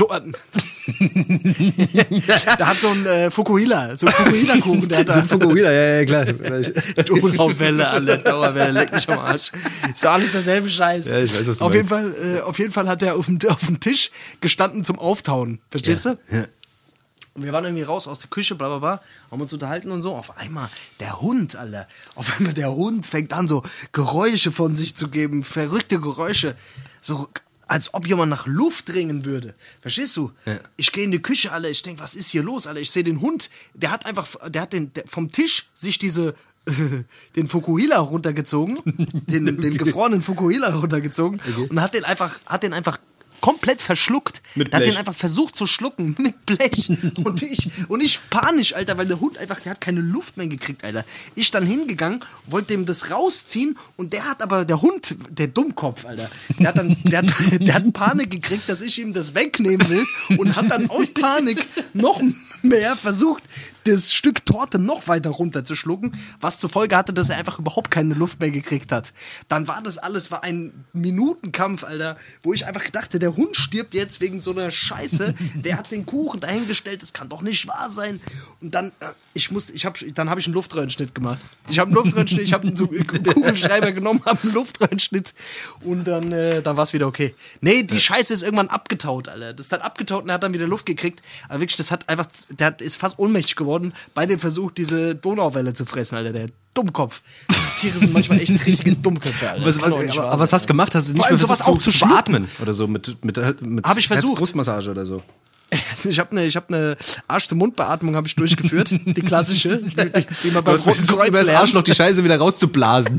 Da hat so ein Fukuhila-Kuchen. So ein Fukuhila, ja, klar. Donauwelle, alle Dauerwelle, leck mich am Arsch. Ist doch alles derselbe Scheiß. Ja, ich weiß, was du meinst. Auf jeden Fall hat er auf dem Tisch gestanden zum Auftauen. Verstehst du? Ja. Und wir waren irgendwie raus aus der Küche, bla bla bla, haben uns unterhalten und so. Auf einmal der Hund, Alter. Auf einmal der Hund fängt an, so Geräusche von sich zu geben, verrückte Geräusche. So, als ob jemand nach Luft dringen würde. Verstehst du? Ja. Ich gehe in die Küche, Alter, ich denke, was ist hier los, Alter? Ich sehe den Hund, der hat vom Tisch sich den Fukuhila runtergezogen, den gefrorenen Fukuhila runtergezogen und hat den einfach komplett verschluckt. Mit Der Blech. hat den einfach versucht zu schlucken mit Blech. Und ich panisch, Alter, weil der Hund der hat keine Luft mehr gekriegt, Alter. Ich dann hingegangen, wollte dem das rausziehen und der Hund, der Dummkopf, Alter, der hat Panik gekriegt, dass ich ihm das wegnehmen will und hat dann aus Panik noch mehr versucht, das Stück Torte noch weiter runterzuschlucken, was zur Folge hatte, dass er einfach überhaupt keine Luft mehr gekriegt hat. Dann war ein Minutenkampf, Alter, wo ich einfach dachte, der Hund stirbt jetzt wegen so einer Scheiße. Der hat den Kuchen dahingestellt, das kann doch nicht wahr sein. Und dann, dann habe ich einen Luftröhrenschnitt gemacht. Ich habe einen Kugelschreiber genommen, habe einen Luftröhrenschnitt und dann war es wieder okay. Nee, die Scheiße ist irgendwann abgetaut, Alter. Das ist dann abgetaut und er hat dann wieder Luft gekriegt. Aber wirklich, der ist fast ohnmächtig geworden bei dem Versuch, diese Donauwelle zu fressen, Alter, der Dummkopf. Die Tiere sind manchmal echt richtige Dummköpfe, Alter. Aber was hast du gemacht? Hast du nicht mehr sowas auch zu atmen oder so mit hab ich versucht. Brustmassage oder so? Ich habe eine Arsch-zu-Mund-Beatmung habe ich durchgeführt, die klassische, die man beim Roten Kreuz über das Arsch noch die Scheiße wieder rauszublasen.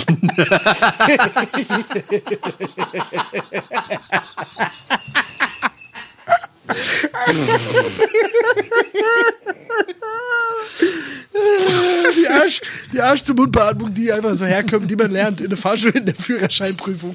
Die Arsch-zu-Mund-Beatmung, die einfach so herkommen, die man lernt in der Fahrschule, in der Führerscheinprüfung.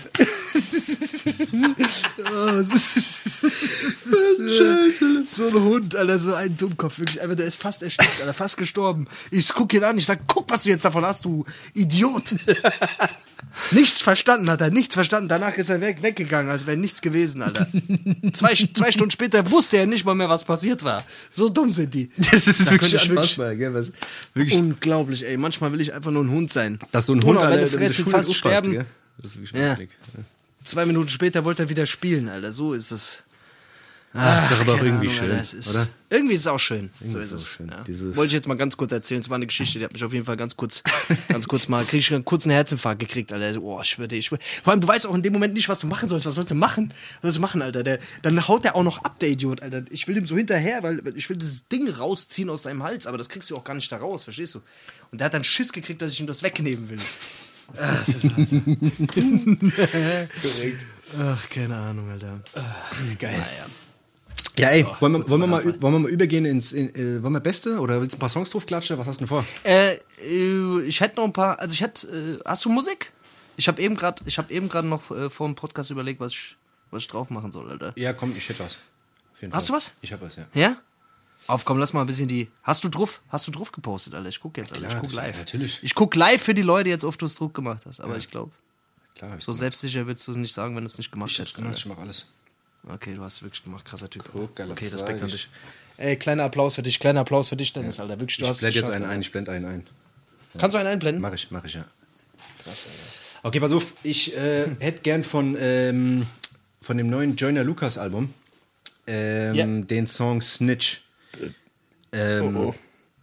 Scheiße. So ein Hund, Alter, so ein Dummkopf, wirklich, einfach, der ist fast erstickt, Alter, fast gestorben. Ich guck ihn an, ich sag, guck, was du jetzt davon hast, du Idiot. Nichts verstanden hat er, nichts verstanden. Danach ist er weggegangen, als wäre nichts gewesen, Alter. Zwei Stunden später wusste er nicht mal mehr, was passiert war. So dumm sind die. Das ist wirklich unfassbar, gell? Wirklich unglaublich, ey. Manchmal will ich einfach nur ein Hund sein. Dass so ein Hund, Alter, fressen, fast sterben. Gell? Das ist wirklich ja. 2 Minuten später wollte er wieder spielen, Alter. So ist es. Das ist aber auch irgendwie schön, oder? Irgendwie ist es auch schön. Irgendwie so ist es. Schön. Ja. Wollte ich jetzt mal ganz kurz erzählen. Es war eine Geschichte, die hat mich auf jeden Fall ganz kurz mal, krieg ich einen kurzen Herzinfarkt gekriegt, Alter. Oh, ich schwöre. Vor allem, du weißt auch in dem Moment nicht, was du machen sollst. Was sollst du machen? Alter? Dann haut der auch noch ab, der Idiot, Alter. Ich will dem so hinterher, weil ich will dieses Ding rausziehen aus seinem Hals, aber das kriegst du auch gar nicht da raus, verstehst du? Und der hat dann Schiss gekriegt, dass ich ihm das wegnehmen will. Das ist also. Korrekt. Ach, keine Ahnung, Alter. Geil. Naja. Ja, ey, wollen wir mal übergehen wollen wir Beste oder willst du ein paar Songs drauf klatschen? Was hast du denn vor? Ich hätte noch ein paar, hast du Musik? Ich habe eben gerade noch vor dem Podcast überlegt, was ich drauf machen soll, Alter. Ja, komm, ich hätte was. Hast du was? Ich hab was, ja. Ja? Komm, lass mal ein bisschen Hast du drauf gepostet, Alter? Ich guck jetzt, Alter. Ich guck live. Natürlich. Ich guck live für die Leute jetzt, ob du es Druck gemacht hast, aber ja. Ich glaube, so gemacht. Selbstsicher willst du es nicht sagen, wenn du es nicht gemacht hast. Ich mach alles. Okay, du hast es wirklich gemacht, krasser Typ. Okay, Respekt an dich. Ey, kleiner Applaus für dich, Dennis, Alter. Wirklich, du hast es geschafft. Ich blende einen ein. Ja. Kannst du einen einblenden? Mach ich, ja. Krass, Alter. Okay, pass auf, ich hätte gern von dem neuen Joyner Lucas Album den Song Snitch.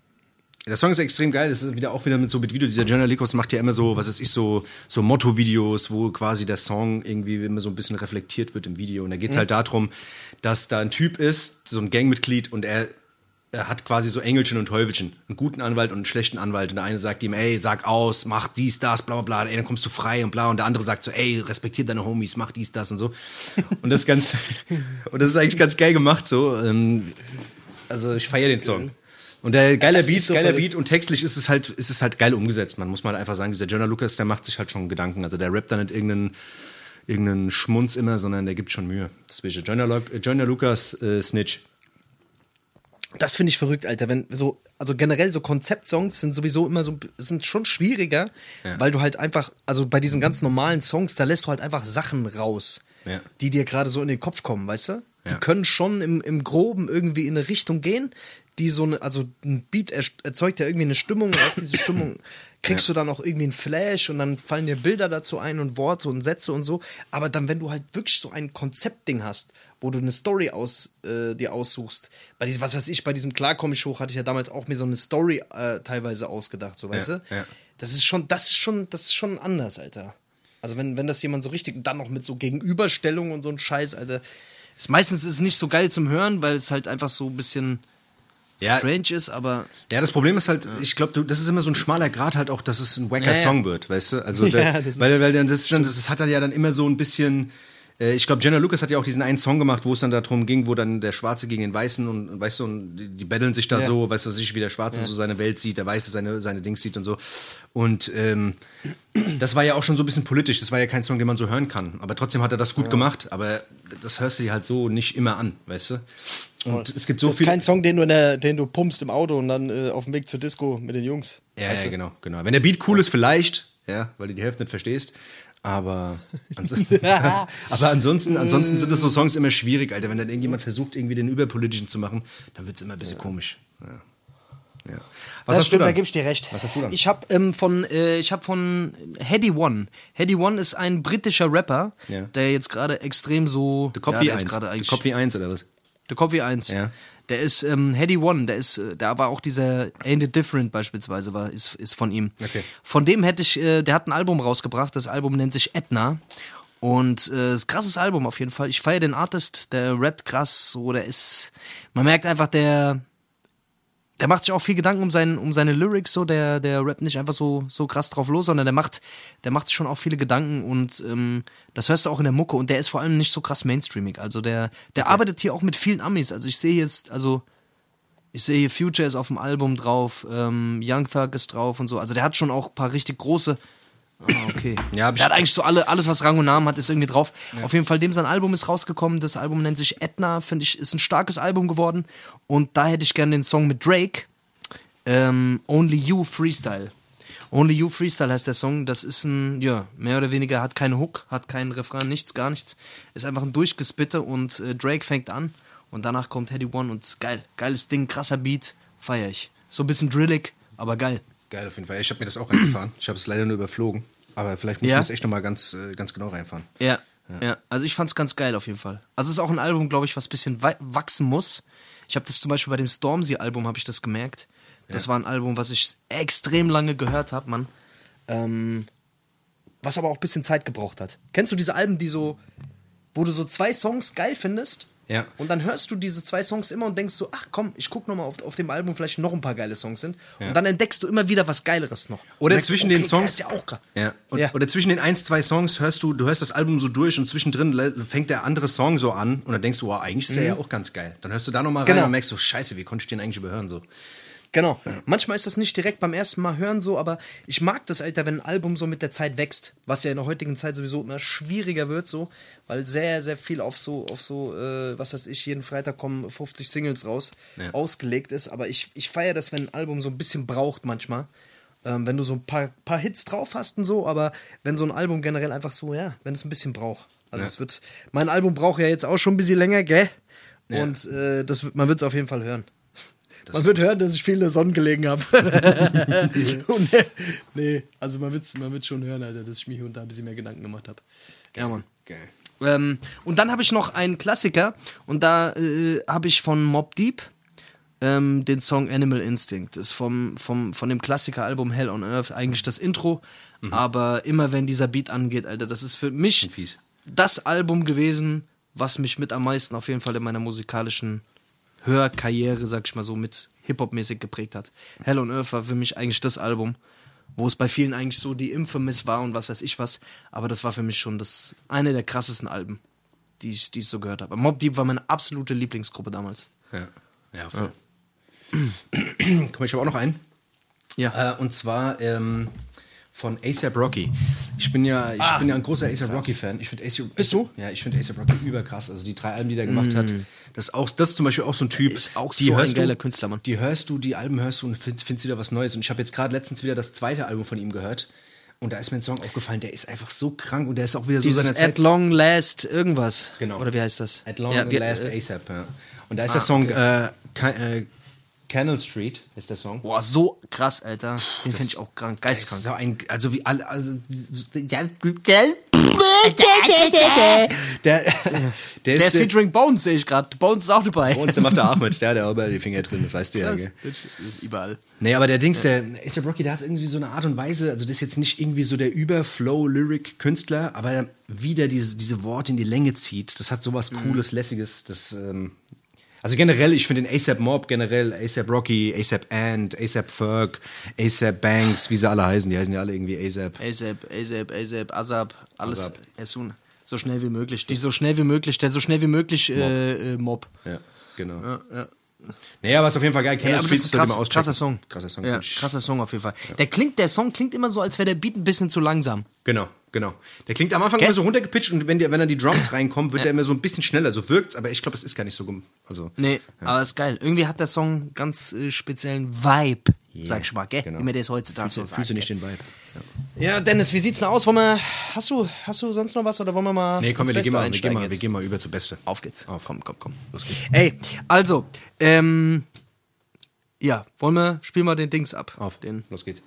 Der Song ist extrem geil, das ist auch wieder mit Video. Dieser Journalikus macht ja immer so, was weiß ich, so Motto-Videos, wo quasi der Song irgendwie immer so ein bisschen reflektiert wird im Video. Und da geht's halt darum, dass da ein Typ ist, so ein Gangmitglied, und er hat quasi so Engelchen und Teufelchen, einen guten Anwalt und einen schlechten Anwalt. Und der eine sagt ihm, ey, sag aus, mach dies, das, bla bla bla, ey, dann kommst du frei und bla. Und der andere sagt so, ey, respektier deine Homies, mach dies, das und so. Und das ist eigentlich ganz geil gemacht so. Also ich feiere den Song. Und der geiler Beat und textlich ist es halt geil umgesetzt. Man muss mal einfach sagen, dieser Joyner Lucas, der macht sich halt schon Gedanken. Also der rappt da nicht irgendeinen Schmunz immer, sondern der gibt schon Mühe. Deswegen Joyner Lucas Snitch. Das finde ich verrückt, Alter. Also generell so Konzeptsongs sind sowieso immer sind schon schwieriger, weil du halt einfach, also bei diesen ganz normalen Songs, da lässt du halt einfach Sachen raus, die dir gerade so in den Kopf kommen, weißt du? Die können schon im Groben irgendwie in eine Richtung gehen, die also ein Beat erzeugt ja irgendwie eine Stimmung, und auf diese Stimmung kriegst du dann auch irgendwie einen Flash, und dann fallen dir Bilder dazu ein und Worte und Sätze und so. Aber dann, wenn du halt wirklich so ein Konzeptding hast, wo du eine Story dir aussuchst, bei diesem Klar komm ich hoch, hatte ich ja damals auch mir so eine Story teilweise ausgedacht, so, weißt du? Ja. Das ist schon anders, Alter. Also wenn das jemand so richtig, und dann noch mit so Gegenüberstellung und so ein Scheiß, Alter. Meistens ist es nicht so geil zum Hören, weil es halt einfach so ein bisschen strange ist, aber... Ja, das Problem ist halt, ich glaube, das ist immer so ein schmaler Grat halt auch, dass es ein wacker Song wird, weißt du? Also, weil das hat dann ja dann immer so ein bisschen... Ich glaube, Joyner Lucas hat ja auch diesen einen Song gemacht, wo es dann darum ging, wo dann der Schwarze gegen den Weißen und weißt du, und die battlen sich da so, weißt du, wie der Schwarze so seine Welt sieht, der Weiße seine Dings sieht und so. Und das war ja auch schon so ein bisschen politisch, das war ja kein Song, den man so hören kann. Aber trotzdem hat er das gut gemacht, aber das hörst du dir halt so nicht immer an, weißt du? Und es gibt so viel. Kein Song, den du pumpst im Auto und dann auf dem Weg zur Disco mit den Jungs. Ja, genau. Wenn der Beat cool ist, vielleicht, weil du die Hälfte nicht verstehst. Aber ansonsten sind das so Songs immer schwierig, Alter. Wenn dann irgendjemand versucht, irgendwie den Überpolitischen zu machen, dann wird es immer ein bisschen komisch. Ja. Was das stimmt, da gebe ich dir recht. Was hast du dann? Ich habe von Headie One. Headie One ist ein britischer Rapper, der jetzt gerade extrem so... The Copy 1 oder was? The Copy 1. Ja. Der ist Headie One, da war auch dieser Ain't It Different beispielsweise, ist von ihm. Okay. Von dem der hat ein Album rausgebracht, das Album nennt sich Edna. Und ist ein krasses Album auf jeden Fall. Ich feiere den Artist, der rappt krass, so, man merkt einfach, der macht sich auch viel Gedanken um seine Lyrics, so, der rappt nicht einfach so krass drauf los, sondern der macht sich schon auch viele Gedanken, und das hörst du auch in der Mucke, und der ist vor allem nicht so krass mainstreamig, also der arbeitet hier auch mit vielen Amis, also ich sehe hier Future ist auf dem Album drauf, Young Thug ist drauf und so, also der hat schon auch ein paar richtig große. Okay. Ja, der hat eigentlich so alles, was Rang und Namen hat, ist irgendwie drauf. Ja. Auf jeden Fall, sein Album ist rausgekommen. Das Album nennt sich Edna, finde ich, ist ein starkes Album geworden. Und da hätte ich gerne den Song mit Drake. Only You Freestyle. Only You Freestyle heißt der Song. Das ist mehr oder weniger, hat keine Hook, hat keinen Refrain, gar nichts. Ist einfach ein Durchgespitte, und Drake fängt an. Und danach kommt Headie One, und geiles Ding, krasser Beat, feier ich. So ein bisschen drillig, aber geil. Geil auf jeden Fall. Ich habe mir das auch reingefahren. Ich habe es leider nur überflogen. Aber vielleicht muss man es echt nochmal ganz genau reinfahren. Ja. Also ich fand's ganz geil auf jeden Fall. Also es ist auch ein Album, glaube ich, was ein bisschen wachsen muss. Ich habe das zum Beispiel bei dem Stormzy-Album, habe ich das gemerkt. Das war ein Album, was ich extrem lange gehört habe, Mann. Was aber auch ein bisschen Zeit gebraucht hat. Kennst du diese Alben, wo du so 2 Songs geil findest? Ja. Und dann hörst du diese 2 Songs immer und denkst so, ach komm, ich guck nochmal auf dem Album, vielleicht noch ein paar geile Songs sind. Ja. Und dann entdeckst du immer wieder was Geileres noch. Oder zwischen den Songs. Ist ja auch krass. Ja. Oder zwischen den 1-2 Songs hörst du das Album so durch, und zwischendrin fängt der andere Song so an, und dann denkst du, wow, eigentlich ist der ja auch ganz geil. Dann hörst du da nochmal rein und merkst so, scheiße, wie konnte ich den eigentlich überhören so. Genau. Manchmal ist das nicht direkt beim ersten Mal hören so, aber ich mag das, Alter, wenn ein Album so mit der Zeit wächst, was ja in der heutigen Zeit sowieso immer schwieriger wird, so, weil sehr, sehr viel auf so, was weiß ich, jeden Freitag kommen 50 Singles raus, ausgelegt ist, aber ich feiere das, wenn ein Album so ein bisschen braucht manchmal, wenn du so ein paar Hits drauf hast und so, aber wenn so ein Album generell einfach so, wenn es ein bisschen braucht. Also mein Album braucht ja jetzt auch schon ein bisschen länger, gell? Ja. Und man wird es auf jeden Fall hören. Man wird hören, dass ich viel in der Sonne gelegen habe. Nee, also man wird schon hören, Alter, dass ich mir hier und da ein bisschen mehr Gedanken gemacht habe. Ja, Mann. Geil. Und dann habe ich noch einen Klassiker, und da habe ich von Mobb Deep den Song Animal Instinct. Das ist von dem Klassikeralbum Hell on Earth eigentlich das Intro. Aber immer wenn dieser Beat angeht, Alter, das ist für mich das Album gewesen, was mich mit am meisten auf jeden Fall in meiner musikalischen Hörkarriere, sag ich mal so, mit Hip-Hop-mäßig geprägt hat. Hell on Earth war für mich eigentlich das Album, wo es bei vielen eigentlich so die Infamous war und was weiß ich was. Aber das war für mich schon eine der krassesten Alben, die ich so gehört habe. Mobb Deep war meine absolute Lieblingsgruppe damals. Ja, voll. Guck mal, ich habe auch noch einen. Ja. Und zwar von A$AP Rocky. Ich bin ja ein großer A$AP Rocky-Fan. Bist du? Ja, ich finde A$AP Rocky überkrass. Also die 3 Alben, die der gemacht hat, das ist zum Beispiel auch so ein Typ. Ist auch so ein geiler Künstler, Mann. Die Alben hörst du und findest wieder was Neues. Und ich habe jetzt gerade letztens wieder das 2. Album von ihm gehört. Und da ist mir ein Song aufgefallen, der ist einfach so krank und der ist auch wieder so seiner Zeit. At Long Last irgendwas. Genau. Oder wie heißt das? At Long Last A$AP, ja. Und da ist der Song Canal Street ist der Song. Boah, so krass, Alter. Den finde ich auch krank, geisteskrank. Also wie alle, der ist featuring Bones, sehe ich gerade. Bones ist auch dabei. Bones, der macht der Ahmed, der hat auch überall die Finger drin, das weißt du ja, gell? Überall. Nee, aber der A$AP Rocky, der hat irgendwie so eine Art und Weise, also das ist jetzt nicht irgendwie so der Überflow-Lyric-Künstler, aber wie der diese Worte in die Länge zieht, das hat sowas Cooles, Lässiges, also generell, ich finde den A$AP Mob, generell A$AP Rocky, A$AP Ant, A$AP Ferg, A$AP Banks, wie sie alle heißen, die heißen ja alle irgendwie A$AP. A$AP, ASAP, alles ASAP. As soon. So schnell wie möglich. Der so schnell wie möglich Mob. Ja, genau. Ja. Naja, aber ist auf jeden Fall geil. Ja, aber das ist krasser Song. Krasser Song. Ja, krasser Song auf jeden Fall. Ja. Der Song klingt immer so, als wäre der Beat ein bisschen zu langsam. Genau. Der klingt am Anfang immer so runtergepitcht und wenn dann die Drums reinkommen, wird der immer so ein bisschen schneller. So wirkt's, aber ich glaube, es ist gar nicht so gut. Also, nee, aber ist geil. Irgendwie hat der Song ganz speziellen Vibe, sag ich mal, gell? Genau. Wie man das heutzutage so sagt. Fühlst du nicht den Vibe? Ja, Dennis, wie sieht's denn aus? Hast du sonst noch was oder wollen wir mal? Nee, komm, wir gehen mal über zu Beste. Auf geht's. Komm. Los geht's. Ey, also, ja, spielen wir den Dings ab. Los geht's.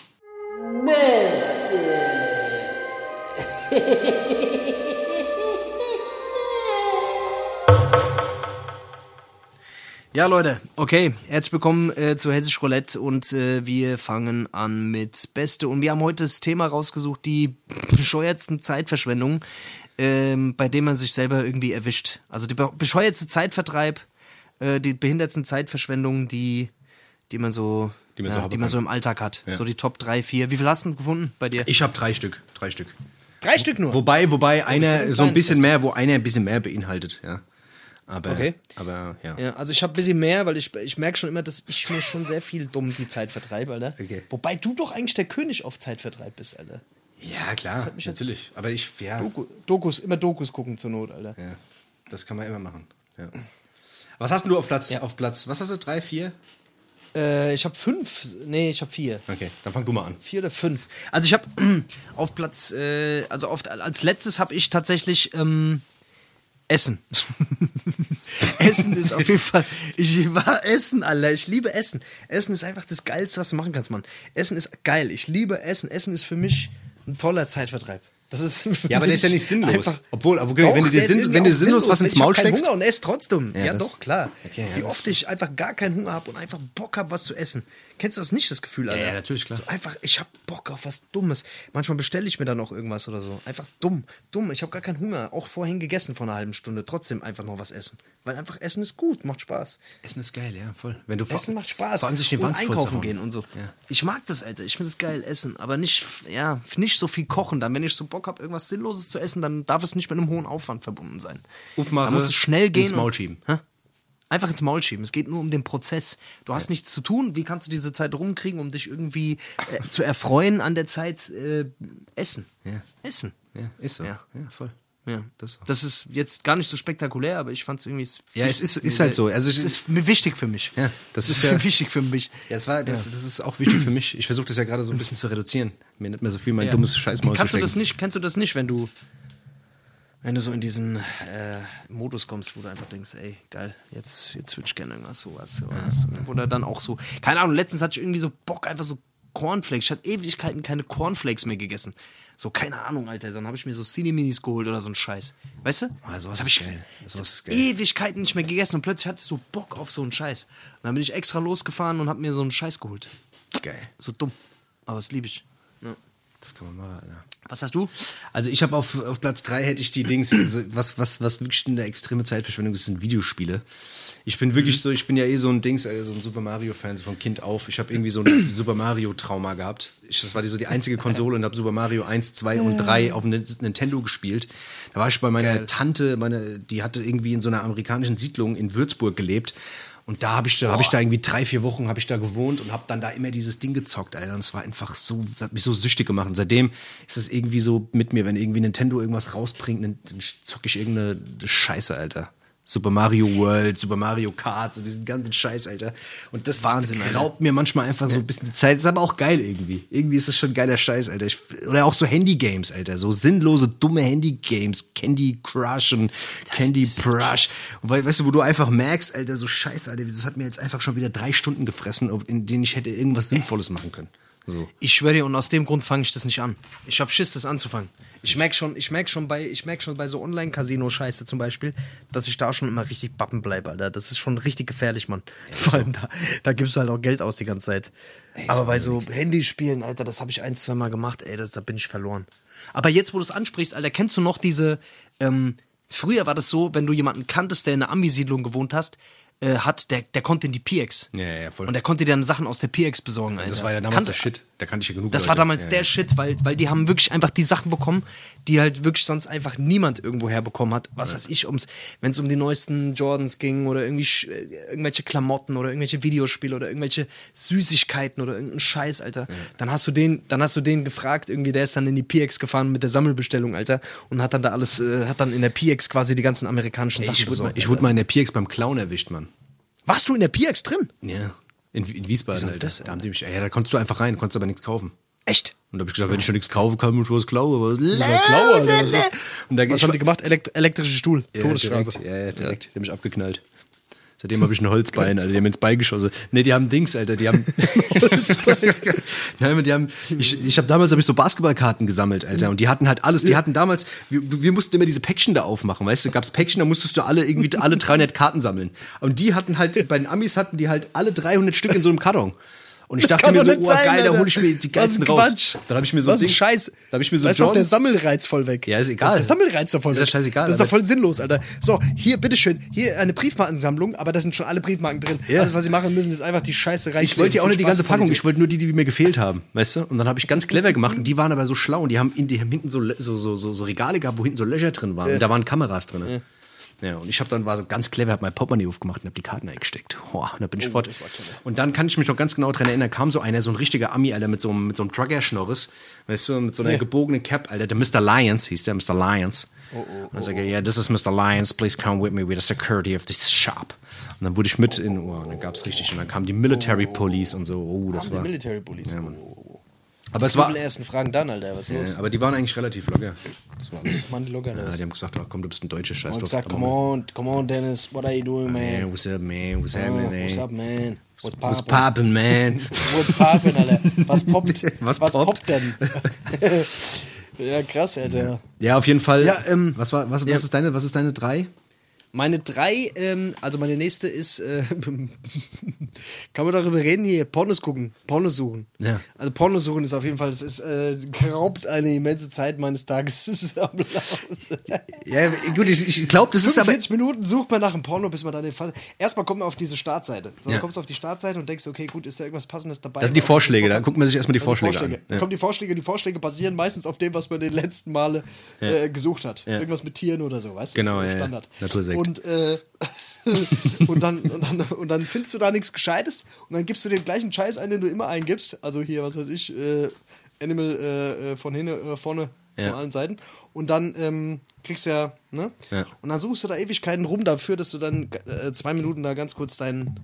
Ja, Leute, okay, herzlich willkommen zu Hessisch Roulette und wir fangen an mit Beste. Und wir haben heute das Thema rausgesucht, die bescheuertsten Zeitverschwendungen, bei denen man sich selber irgendwie erwischt. Also die bescheuertste Zeitvertreib, die behindertsten Zeitverschwendungen, die man so im Alltag hat. Ja. So die Top 3, 4. Wie viel hast du gefunden bei dir? Ich habe 3 Stück. 3 Stück nur? Wobei einer so ein bisschen mehr, wo einer ein bisschen mehr beinhaltet, ja. Aber ja. Also ich habe ein bisschen mehr, weil ich merke schon immer, dass ich mir schon sehr viel dumm die Zeit vertreibe, Alter. Okay. Wobei du doch eigentlich der König auf Zeitvertreib bist, Alter. Ja, klar, natürlich. Aber Dokus gucken zur Not, Alter. Ja, das kann man immer machen, ja. Was hast du auf Platz, was hast du, 3, 4? Ich habe 5. Nee, ich habe 4. Okay, dann fang du mal an. 4 oder 5. Also ich habe auf Platz, als letztes habe ich tatsächlich Essen. Essen ist auf jeden Fall. Essen, Alter. Ich liebe Essen. Essen ist einfach das Geilste, was du machen kannst, Mann. Essen ist geil. Ich liebe Essen. Essen ist für mich ein toller Zeitvertreib. Das ist ja, aber der ist ja nicht sinnlos. Obwohl, doch, wenn du sinnlos was ins Maul steckst. Ich habe Hunger und esse trotzdem. Ja, doch, klar. Okay, wie oft ich einfach gar keinen Hunger habe und einfach Bock habe, was zu essen. Kennst du das nicht, das Gefühl, Alter? Ja, natürlich, klar. So einfach, ich habe Bock auf was Dummes. Manchmal bestelle ich mir dann auch irgendwas oder so. Einfach dumm. Ich habe gar keinen Hunger. Auch vorhin gegessen vor einer halben Stunde. Trotzdem einfach noch was essen. Weil einfach Essen ist gut, macht Spaß. Essen ist geil, ja, voll. Essen macht Spaß. Vor allem sich den und einkaufen gehen und so. Ja. Ich mag das, Alter. Ich finde es geil, Essen. Aber nicht so viel kochen. Dann, wenn ich so Bock habe, irgendwas Sinnloses zu essen, dann darf es nicht mit einem hohen Aufwand verbunden sein. Da muss es schnell gehen. Ins Maul schieben. Einfach ins Maul schieben. Es geht nur um den Prozess. Du hast nichts zu tun. Wie kannst du diese Zeit rumkriegen, um dich irgendwie zu erfreuen an der Zeit? Essen. Ja. Essen. Ja, ist so. Ja, voll. Ja. Das ist jetzt gar nicht so spektakulär, aber ich fand es irgendwie. Ja, es ist halt so. Also es ist wichtig für mich. Ja, das ist ja wichtig für mich. Ja, das ist auch wichtig für mich. Ich versuche das ja gerade so ein bisschen zu reduzieren. Mir nicht mehr so viel mein dummes Scheißmaul zu stecken. Kennst du das nicht, wenn du so in diesen Modus kommst, wo du einfach denkst, ey, geil, jetzt würde ich gerne irgendwas sowas. Oder dann auch so, keine Ahnung, letztens hatte ich irgendwie so Bock, einfach so Cornflakes. Ich hatte Ewigkeiten keine Cornflakes mehr gegessen. So, keine Ahnung, Alter. Dann habe ich mir so Cineminis geholt oder so einen Scheiß. Weißt du? Sowas ist geil. Sowas ist geil. Ewigkeiten nicht mehr gegessen und plötzlich hatte ich so Bock auf so einen Scheiß. Und dann bin ich extra losgefahren und habe mir so einen Scheiß geholt. Geil. So dumm. Aber das liebe ich. Ja. Das kann man machen, ja. Was hast du? Also ich habe auf Platz 3 hätte ich die Dings, also was wirklich eine extreme Zeitverschwendung ist, sind Videospiele. Ich bin wirklich so, ich bin ja so ein Dings, so ein Super Mario-Fan, so von Kind auf. Ich habe irgendwie so ein Super Mario-Trauma gehabt. Das war so die einzige Konsole und habe Super Mario 1, 2 und 3 auf Nintendo gespielt. Da war ich bei meiner Tante, die hatte irgendwie in so einer amerikanischen Siedlung in Würzburg gelebt. Und da habe ich da irgendwie 3-4 Wochen habe ich da gewohnt und habe dann da immer dieses Ding gezockt, Alter. Und es war einfach so, hat mich so süchtig gemacht. Und seitdem ist es irgendwie so mit mir, wenn irgendwie Nintendo irgendwas rausbringt, dann zocke ich irgendeine Scheiße, Alter. Super Mario World, Super Mario Kart, so diesen ganzen Scheiß, Alter. Und das Wahnsinn, raubt mir manchmal einfach so ein bisschen die Zeit. Ist aber auch geil irgendwie. Irgendwie ist das schon geiler Scheiß, Alter. Oder auch so Handy-Games, Alter. So sinnlose, dumme Handy-Games. Candy Crush und Candy Crush. Und weißt du, wo du einfach merkst, Alter, so Scheiße, Alter, das hat mir jetzt einfach schon wieder 3 Stunden gefressen, in denen ich hätte irgendwas Sinnvolles machen können. So. Ich schwöre dir, und aus dem Grund fange ich das nicht an. Ich hab Schiss, das anzufangen. Ich merk schon bei so Online-Casino-Scheiße zum Beispiel, dass ich da schon immer richtig bappen bleibe, Alter. Das ist schon richtig gefährlich, Mann. Vor allem da gibst du halt auch Geld aus die ganze Zeit. Aber bei so Handyspielen, Alter, das habe ich 1-2 Mal gemacht, ey, da bin ich verloren. Aber jetzt, wo du es ansprichst, Alter, kennst du noch diese, früher war das so, wenn du jemanden kanntest, der in einer Ami-Siedlung gewohnt der konnte in die PX. Ja, voll. Und der konnte dir dann Sachen aus der PX besorgen, Alter. Das war ja damals der Shit. Da kannte ich ja genug Das Leute. war damals der Shit, weil die haben wirklich einfach die Sachen bekommen, die halt wirklich sonst einfach niemand irgendwo herbekommen hat. Was weiß ich, wenn es um die neuesten Jordans ging oder irgendwie irgendwelche Klamotten oder irgendwelche Videospiele oder irgendwelche Süßigkeiten oder irgendeinen Scheiß, Alter. Ja. Dann hast du den gefragt, irgendwie, der ist dann in die PX gefahren mit der Sammelbestellung, Alter, und hat dann da alles, hat dann in der PX quasi die ganzen amerikanischen Sachen besorgt. Ich wurde mal in der PX beim Clown erwischt, Mann. Warst du in der PX drin? Ja. In Wiesbaden, Alter. Da haben die mich, da konntest du einfach rein, konntest aber nichts kaufen. Echt? Und da hab ich gesagt, wenn ich schon nichts kaufe, kann ich was klauen. Was haben die gemacht? Elektrischer Stuhl. Todesstrafe. Direkt. Die haben mich abgeknallt. Seitdem habe ich ein Holzbein, Alter. Die haben ins Bein geschossen. Nee, die haben Dings, Alter. Die haben Holzbein. Nein, ich habe damals so Basketballkarten gesammelt, Alter. Und die hatten halt alles. Die hatten damals, wir mussten immer diese Päckchen da aufmachen, weißt du? Gab's Päckchen, da musstest du alle 300 Karten sammeln. Und die hatten halt, bei den Amis hatten die halt alle 300 Stück in so einem Karton. Und ich dachte mir so, oh geil, da hole ich mir die geilsten raus. Dann habe ich mir so ein Scheiß. Da habe ich mir so da ist doch der Sammelreiz voll weg. Ja, ist egal. Da ist der Sammelreiz doch voll weg. Ist ja scheißegal. Das ist doch voll sinnlos, Alter. So, hier, bitteschön, hier eine Briefmarkensammlung, aber da sind schon alle Briefmarken drin. Ja. Alles, was sie machen müssen, ist einfach die Scheiße rein. Ich wollte ja auch nicht die ganze Packung, ich wollte nur die mir gefehlt haben, weißt du? Und dann habe ich ganz clever gemacht und die waren aber so schlau und die haben hinten so Regale gehabt, wo hinten so Löcher drin waren. Und da waren Kameras drin. Ja, und ich war so ganz clever, hab mein Portemonnaie aufgemacht und hab die Karten eingesteckt. Und da bin ich fort. Und dann kann ich mich noch ganz genau dran erinnern, kam so ein richtiger Ami, Alter, mit so einem Trucker-Schnorris, weißt du, mit so einer gebogenen Cap, Alter, der Mr. Lyons hieß der, Mr. Lyons. Und dann sag ich, yeah, this is Mr. Lyons, please come with me with the security of this shop. Und dann wurde ich mit und dann gab's richtig, und dann kam die Military Police und so, das war... Die Military Police, ja, Mann. Aber es war. Die ersten Fragen dann, Alter, was ist los? Aber die waren eigentlich relativ locker. Das war alles. Mann, die locker, ja, die haben gesagt, ach komm, du bist ein deutscher Scheiß. Und gesagt, come on, Dennis, what are you doing, man? What's up, man? What's happening, man? What's up, man? What's poppin', man? What's poppin', Alter? Was poppt? Was poppt denn? Ja, krass, Alter. Ja, auf jeden Fall. Ja, was ist deine 3? Meine 3, also meine nächste ist, kann man darüber reden hier, Pornos gucken, Pornos suchen. Ja. Also Pornos suchen ist auf jeden Fall, das ist, raubt eine immense Zeit meines Tages. Das ist am Laufen. Ja, gut, ich glaube, das ist aber... 45 Minuten sucht man nach einem Porno, bis man dann den Fall... Erstmal kommt man auf diese Startseite. So, dann kommst du auf die Startseite und denkst, okay, gut, ist da irgendwas Passendes dabei? Das sind die Vorschläge, da guckt man sich erstmal die Vorschläge an. Dann kommen die Vorschläge basieren meistens auf dem, was man den letzten Male gesucht hat. Ja. Irgendwas mit Tieren oder so, weißt du? Genau, das ist Standard. Natursekt. Und dann findest du da nichts Gescheites und dann gibst du den gleichen Scheiß ein, den du immer eingibst. Also hier, was weiß ich, Animal von hinten, vorne, von allen Seiten. Und dann kriegst du ja. Und dann suchst du da Ewigkeiten rum dafür, dass du dann 2 Minuten da ganz kurz dein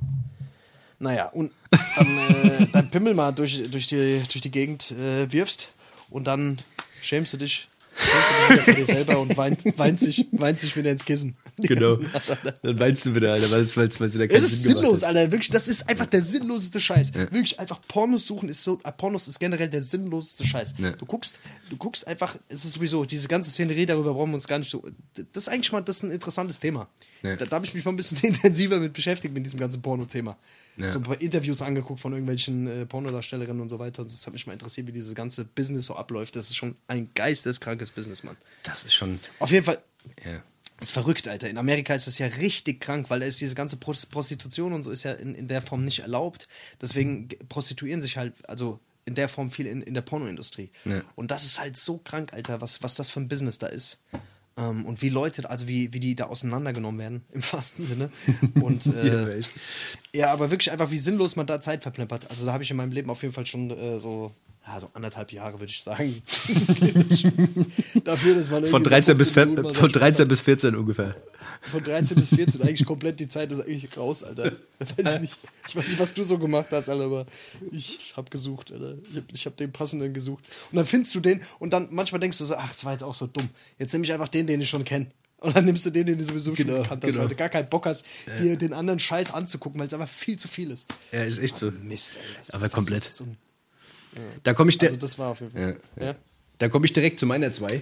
Pimmel mal durch die Gegend wirfst und dann schämst du dich wieder vor dir selber und weinst dich wieder ins Kissen. Genau. Dann weinst du wieder, Alter, weil es wieder keinen Sinn gemacht hat. Das ist sinnlos, Alter. Wirklich, das ist einfach der sinnloseste Scheiß. Ja. Wirklich einfach Pornos suchen ist so, Pornos ist generell der sinnloseste Scheiß. Ja. Du guckst einfach, es ist sowieso, diese ganze Szenerie, darüber brauchen wir uns gar nicht so, das ist eigentlich mal, das ist ein interessantes Thema. Ja. Da habe ich mich mal ein bisschen intensiver mit beschäftigt, mit diesem ganzen Porno-Thema. Ja. So ein paar Interviews angeguckt von irgendwelchen Pornodarstellerinnen und so weiter. Und das hat mich mal interessiert, wie dieses ganze Business so abläuft. Das ist schon ein geisteskrankes Business, Mann. Das ist schon... Auf jeden Fall... Ja. Das ist verrückt, Alter. In Amerika ist das ja richtig krank, weil da ist diese ganze Prostitution und so ist ja in der Form nicht erlaubt. Deswegen prostituieren sich halt, also in der Form viel in der Pornoindustrie. Ja. Und das ist halt so krank, Alter, was das für ein Business da ist. Und wie Leute, also wie die da auseinandergenommen werden, im wahrsten Sinne. Und echt. Ja, aber wirklich einfach, wie sinnlos man da Zeit verplempert. Also da habe ich in meinem Leben auf jeden Fall schon so 1,5 Jahre, würde ich sagen. Dafür, dass man von 13 bis 14 ungefähr. Von 13 bis 14 eigentlich komplett die Zeit ist eigentlich raus, Alter. Ich weiß nicht, was du so gemacht hast, Alter, aber ich habe gesucht, Alter. Ich hab den passenden gesucht. Und dann findest du den und dann manchmal denkst du so, ach, das war jetzt auch so dumm. Jetzt nehme ich einfach den ich schon kenne. Und dann nimmst du den du sowieso schon gekannt hast, weil du gar keinen Bock hast, dir den anderen Scheiß anzugucken, weil es einfach viel zu viel ist. Ja, ist echt so. Mist, ey. Aber komplett. So ja. Da komme ich also das war auf jeden Fall. Ja. Da komme ich direkt zu meiner 2.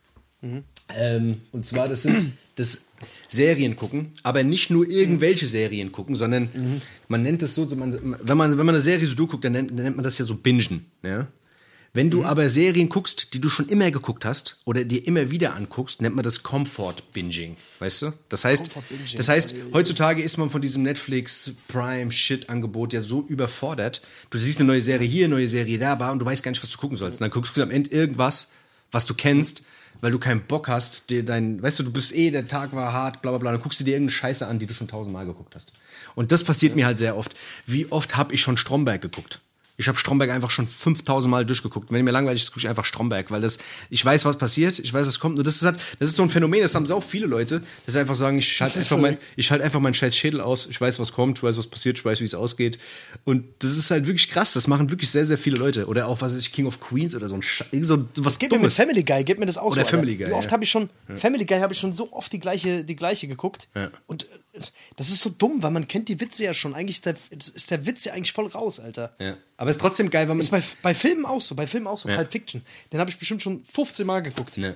Und zwar, das Serien gucken, aber nicht nur irgendwelche Serien gucken, sondern man nennt das so, wenn man eine Serie so durchguckt, dann nennt man das ja so bingen. Ja? Wenn du aber Serien guckst, die du schon immer geguckt hast oder dir immer wieder anguckst, nennt man das Comfort-Binging, weißt du? Das heißt, heutzutage ist man von diesem Netflix-Prime-Shit-Angebot ja so überfordert. Du siehst eine neue Serie hier, neue Serie da, und du weißt gar nicht, was du gucken sollst. Und dann guckst du am Ende irgendwas, was du kennst, weil du keinen Bock hast, weißt du, du bist der Tag war hart, bla bla bla, dann guckst du dir irgendeine Scheiße an, die du schon 1000-mal geguckt hast. Und das passiert mir halt sehr oft. Wie oft habe ich schon Stromberg geguckt? Ich habe Stromberg einfach schon 5000 Mal durchgeguckt. Wenn mir langweilig ist, gucke ich einfach Stromberg, weil ich weiß, was passiert, ich weiß, was kommt. Und das ist so ein Phänomen, das haben auch viele Leute, dass sie einfach sagen, ich schalte einfach meinen scheiß Schädel aus, ich weiß, was kommt, ich weiß, was passiert, ich weiß, wie es ausgeht. Und das ist halt wirklich krass, das machen wirklich sehr, sehr viele Leute. Oder auch, was weiß ich, King of Queens oder so was geht mir mit Family Guy, geht mir das auch oder so. Family Guy, wie oft habe ich schon, Family Guy habe ich schon so oft die gleiche geguckt. Ja. Und das ist so dumm, weil man kennt die Witze ja schon. Eigentlich ist der Witz ja eigentlich voll raus, Alter. Ja. Aber es ist trotzdem geil, weil man... Ist bei Filmen auch so, Pulp Fiction. Den habe ich bestimmt schon 15 Mal geguckt. Ja,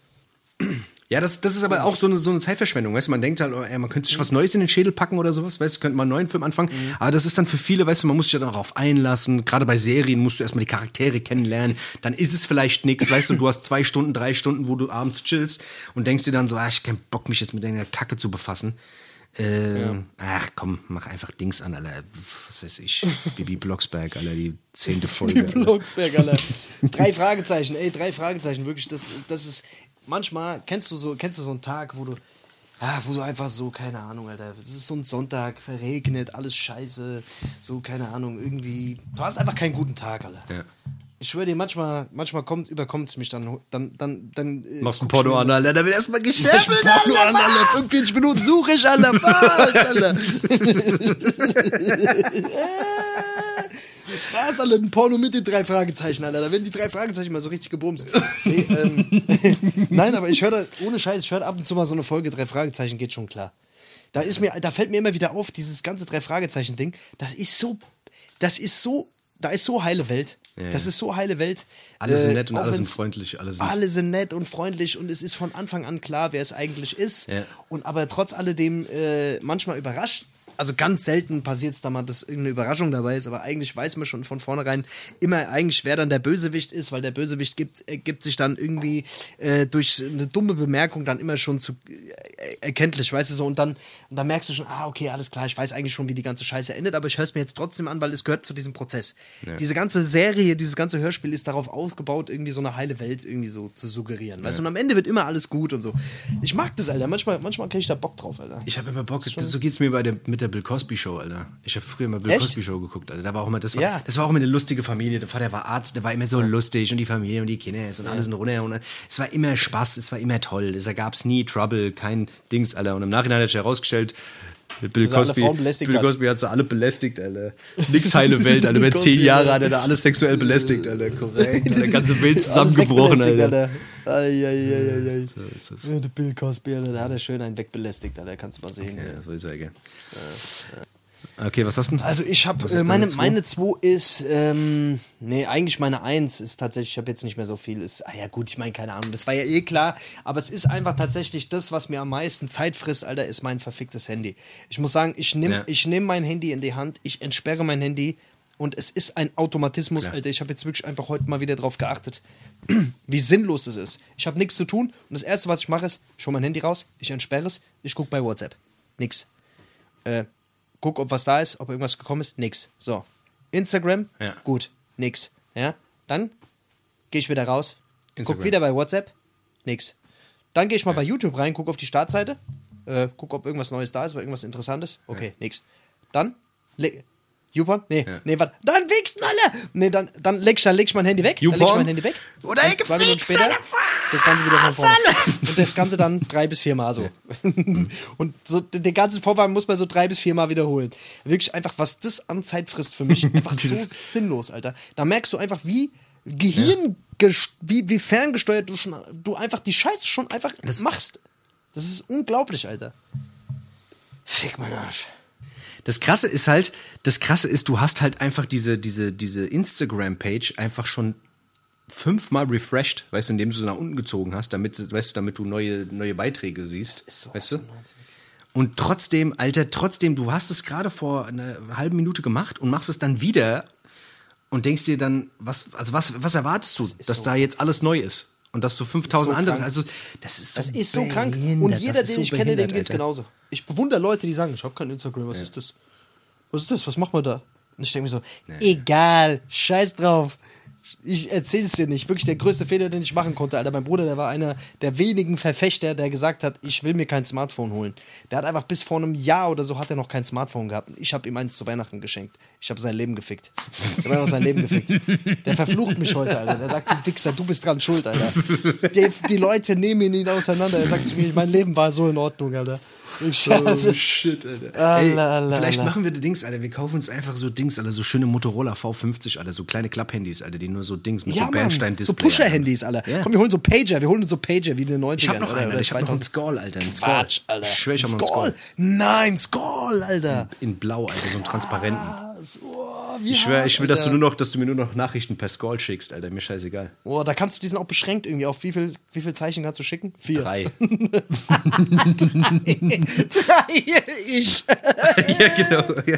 ja das ist aber auch so eine Zeitverschwendung, weißt du, man denkt halt, man könnte sich was Neues in den Schädel packen oder sowas, weißt du, könnte mal einen neuen Film anfangen, aber das ist dann für viele, weißt du, man muss sich ja darauf einlassen, gerade bei Serien musst du erstmal die Charaktere kennenlernen, dann ist es vielleicht nichts, weißt du, du hast 2 Stunden, 3 Stunden, wo du abends chillst und denkst dir dann so, ich hab keinen Bock, mich jetzt mit der Kacke zu befassen. Ach komm, mach einfach Dings an, Alter. Was weiß ich. Bibi Blocksberg, Alter, die 10. Folge. Bibi Blocksberg, Alter. 3 Fragezeichen, 3 Fragezeichen, wirklich, das ist, manchmal, kennst du so einen Tag, wo du einfach so, keine Ahnung, Alter, es ist so ein Sonntag, verregnet, alles scheiße, so, keine Ahnung, irgendwie, du hast einfach keinen guten Tag, Alter. Ja. Ich schwöre dir, manchmal überkommt es mich dann machst ein Porno an, Alter, da wird erstmal geschäffelt, Alter, 45 Minuten suche ich, Alter, was, Alter. Was, Alter, ein Porno mit den 3 Fragezeichen, Alter, da werden die 3 Fragezeichen mal so richtig gebumst. Nee, nein, aber ich höre ohne Scheiß, ich höre ab und zu mal so eine Folge 3 Fragezeichen, geht schon klar. Da fällt mir immer wieder auf, dieses ganze 3 Fragezeichen-Ding, da ist so heile Welt. Ja. Das ist so heile Welt. Alle sind nett und alle sind freundlich. Alle sind nett und freundlich und es ist von Anfang an klar, wer es eigentlich ist. Ja. Und aber trotz alledem manchmal überrascht. Also ganz selten passiert es da mal, dass irgendeine Überraschung dabei ist, aber eigentlich weiß man schon von vornherein immer eigentlich, wer dann der Bösewicht ist, weil der Bösewicht gibt sich dann irgendwie durch eine dumme Bemerkung dann immer schon zu erkenntlich, weißt du so, und dann merkst du schon, okay, alles klar, ich weiß eigentlich schon, wie die ganze Scheiße endet, aber ich höre es mir jetzt trotzdem an, weil es gehört zu diesem Prozess. Ja. Diese ganze Serie, dieses ganze Hörspiel ist darauf aufgebaut, irgendwie so eine heile Welt irgendwie so zu suggerieren, weißt du, und am Ende wird immer alles gut und so. Ich mag das, Alter, manchmal kriege ich da Bock drauf, Alter. Ich habe immer Bock, so geht's mir mit der Bill Cosby Show, Alter. Ich habe früher mal Bill Cosby Show geguckt, Alter. Da war auch immer, das war auch immer eine lustige Familie. Der Vater war Arzt, der war immer so lustig und die Familie und die Kinder und alle sind runter und es war immer Spaß, es war immer toll. Da gab's nie Trouble, kein Dings, Alter. Und im Nachhinein hat sich herausgestellt, Bill dass er alle Cosby, Frauen belästigt Bill hat. Cosby hat sie alle belästigt, Alter. Nix heile Welt, Alter. Über 10 Jahre hat er da alles sexuell belästigt, Alter. Korrekt. Der ganze Welt zusammengebrochen, Alter. Eieieiei. So ist das. Der Bill Cosby, Alter, da hat er schön einen wegbelästigt, Alter. Kannst du mal sehen. Ja, so ist er, gell. Okay, was hast du denn? Also ich habe, meine 2 ist, nee, eigentlich meine 1 ist tatsächlich, ich habe jetzt nicht mehr so viel, ja gut, ich meine, keine Ahnung, das war ja eh klar, aber es ist einfach tatsächlich das, was mir am meisten Zeit frisst, Alter, ist mein verficktes Handy. Ich muss sagen, ich nehm mein Handy in die Hand, ich entsperre mein Handy und es ist ein Automatismus, Alter. Ich habe jetzt wirklich einfach heute mal wieder drauf geachtet, wie sinnlos es ist. Ich habe nichts zu tun und das Erste, was ich mache, ist, ich hole mein Handy raus, ich entsperre es, ich gucke bei WhatsApp. Nix. Guck, ob was da ist, ob irgendwas gekommen ist, nix. So. Instagram, gut, nix. Ja, dann gehe ich wieder raus, guck wieder bei WhatsApp, nix. Dann gehe ich mal bei YouTube rein, guck auf die Startseite, guck, ob irgendwas Neues da ist oder irgendwas Interessantes, okay, nix. Dann, YouPorn? Nee, warte. Dann wichsen alle! Nee, dann leg ich mein Handy weg. YouPorn? Dann leg ich mein Handy weg. Oder 2 Minuten später das Ganze wieder von vorne. Und das Ganze dann 3 bis 4 Mal so. Und so den ganzen Vorgang muss man so 3 bis 4 Mal wiederholen. Wirklich einfach, was das an Zeit frisst für mich. Einfach so sinnlos, Alter. Da merkst du einfach, wie wie ferngesteuert du einfach die Scheiße schon einfach machst. Das ist unglaublich, Alter. Fick mein Arsch. Das Krasse ist, du hast halt einfach diese Instagram-Page einfach schon 5-mal refreshed, weißt du, indem du sie nach unten gezogen hast, damit du neue Beiträge siehst, so weißt du? Und trotzdem, Alter, du hast es gerade vor einer halben Minute gemacht und machst es dann wieder und denkst dir dann, was erwartest du, dass so da jetzt alles neu ist? Und dass so 5000 andere, krank. also das ist so krank. Und jeder, den ich kenne, dem geht's genauso. Ich bewundere Leute, die sagen, ich habe kein Instagram, was ist das? Was ist das? Was machen wir da? Und ich denke mir so, egal, scheiß drauf. Ich erzähl's dir nicht. Wirklich der größte Fehler, den ich machen konnte, Alter. Mein Bruder, der war einer der wenigen Verfechter, der gesagt hat, ich will mir kein Smartphone holen. Der hat einfach bis vor einem Jahr oder so hat er noch kein Smartphone gehabt. Ich habe ihm eins zu Weihnachten geschenkt. Ich habe sein Leben gefickt. Ich habe einfach sein Leben gefickt. Der verflucht mich heute, Alter. Der sagt, du Wichser, du bist dran schuld, Alter. Die Leute nehmen ihn auseinander. Er sagt zu mir, mein Leben war so in Ordnung, Alter. Oh shit, Alter. Ey, vielleicht machen wir die Dings, Alter. Wir kaufen uns einfach so Dings, Alter. So schöne Motorola V50, Alter. So kleine Klapphandys, Alter. Die nur so Dings mit so Bernstein-Display. So Pusher-Handys, Alter. Ja. Komm, wir holen so Pager. Wir holen so Pager wie in den 90ern. Ich hab noch einen, Alter. Ich hab noch einen Skull, Alter. Ein Quatsch, Alter. Ich schwör, ich hab noch einen Skull. Nein, Skull, Alter. In blau, Alter. So einen transparenten. Ich will, dass du mir nur noch Nachrichten per Skull schickst, Alter. Mir scheißegal. Oh, da kannst du diesen auch beschränkt irgendwie. Auf wie viel Zeichen kannst du schicken? 4. 3. 3, ich. Ja, genau. Ja.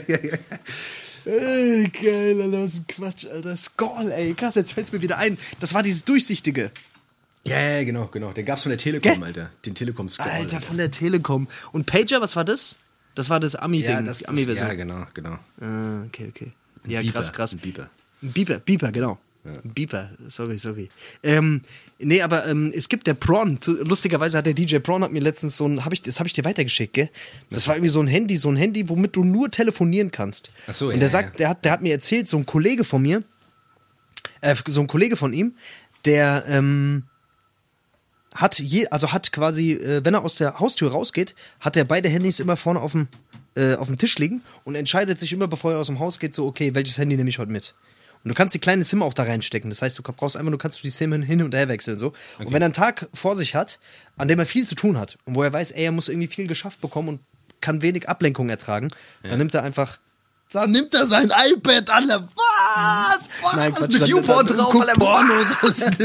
Geil, Alter, was ein Quatsch, Alter. Skull, ey, krass, jetzt fällt's mir wieder ein. Das war dieses Durchsichtige. Ja, genau. Den gab's von der Telekom, Alter. Den Telekom Skull. Alter, von der Telekom. Und Pager, was war das? Das war das Ami-Ding, die Ami-Version. Ja, genau. Ah, okay. Ja, Beeper, krass. Ein Beeper. Beeper, genau. Ja. Beeper, sorry. Nee, aber es gibt der Prawn, lustigerweise hat der DJ Prawn hat mir letztens das habe ich dir weitergeschickt, gell? Das war irgendwie so ein Handy, womit du nur telefonieren kannst. Ach so, und der sagt, der hat mir erzählt, so ein Kollege von ihm, der hat quasi, wenn er aus der Haustür rausgeht, hat er beide Handys immer vorne auf dem Tisch liegen und entscheidet sich immer, bevor er aus dem Haus geht, so, okay, welches Handy nehme ich heute mit? Und du kannst die kleine SIM auch da reinstecken. Das heißt, kannst du die SIM hin und her wechseln. So. Okay. Und wenn er einen Tag vor sich hat, an dem er viel zu tun hat und wo er weiß, er muss irgendwie viel geschafft bekommen und kann wenig Ablenkung ertragen, dann nimmt er sein iPad an. Was? Nein, Quatsch, mit YouPorn drauf, weil er Pornos hat.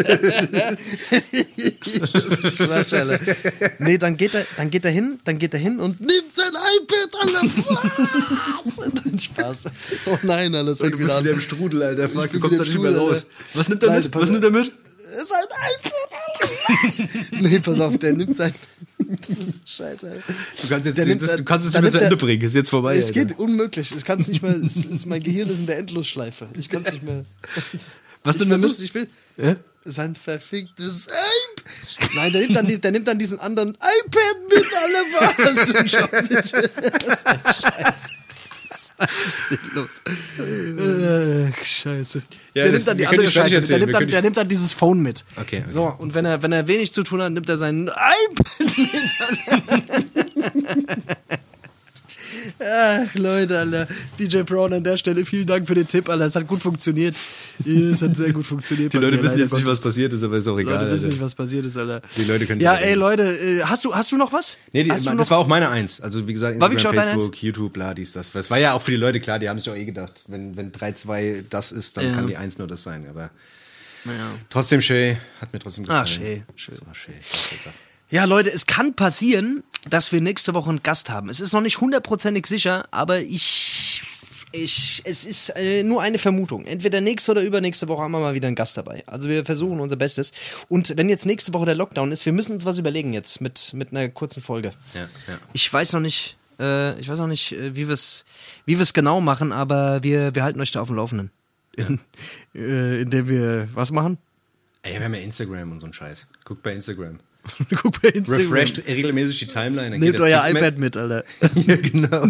Das ist Quatsch, Alter. Nee, dann geht er hin und nimmt sein iPad an. Was? Spaß. Oh nein, Alter. Du bist wieder im Strudel, Alter. Fuck, du kommst da nicht mehr raus. Was nimmt er mit? Sein iPad, Alter. Nee, pass auf, der nimmt sein... Scheiße, Alter. Du kannst es nicht mehr zu Ende bringen. Ist jetzt vorbei. Es geht unmöglich. Ich kann es nicht mehr. Mein Gehirn ist in der Endlosschleife. Ich kann es nicht mehr. Was denn mit? Ich will. Ja? Sein verficktes iPad. Nein, der nimmt dann diesen anderen iPad mit, alle was. Und schaut sich. Das ist ein Scheiß. Sinnlos. Scheiße. Ja, der nimmt dann die andere Scheiße mit. Der nimmt dann dieses Phone mit. Okay. So, und wenn er wenig zu tun hat, nimmt er sein iPad mit. Ach, Leute, Alter. DJ Brown an der Stelle, vielen Dank für den Tipp, Alter. Es hat gut funktioniert. Es hat sehr gut funktioniert. Die Leute wissen jetzt nicht, was passiert ist, aber ist auch egal. Die Leute wissen Alter. nicht, was passiert ist, Alter. Die Leute können Ja, ey, Leute, hast du noch was? Nee, das war auch meine Eins. Also, wie gesagt, War Instagram, wirklich auch deine Facebook, YouTube, bla, dies, das. Das war ja auch für die Leute klar, die haben sich auch gedacht, wenn 3-2 das ist, dann kann die 1 nur das sein. Aber trotzdem schön, hat mir trotzdem gefallen. Schön. War schön. Ja, Leute, es kann passieren, dass wir nächste Woche einen Gast haben. Es ist noch nicht hundertprozentig sicher, aber es ist nur eine Vermutung. Entweder nächste oder übernächste Woche haben wir mal wieder einen Gast dabei. Also wir versuchen unser Bestes. Und wenn jetzt nächste Woche der Lockdown ist, wir müssen uns was überlegen jetzt mit einer kurzen Folge. Ja. Ich weiß noch nicht, wie wir es genau machen, aber wir halten euch da auf dem Laufenden. Indem wir was machen? Ey, wir haben ja Instagram und so einen Scheiß. Guckt bei Instagram. Guck bei Instagram. Refresht regelmäßig die Timeline. Dann Nehmt geht das euer TikTok iPad mit, Alter. Ja, genau.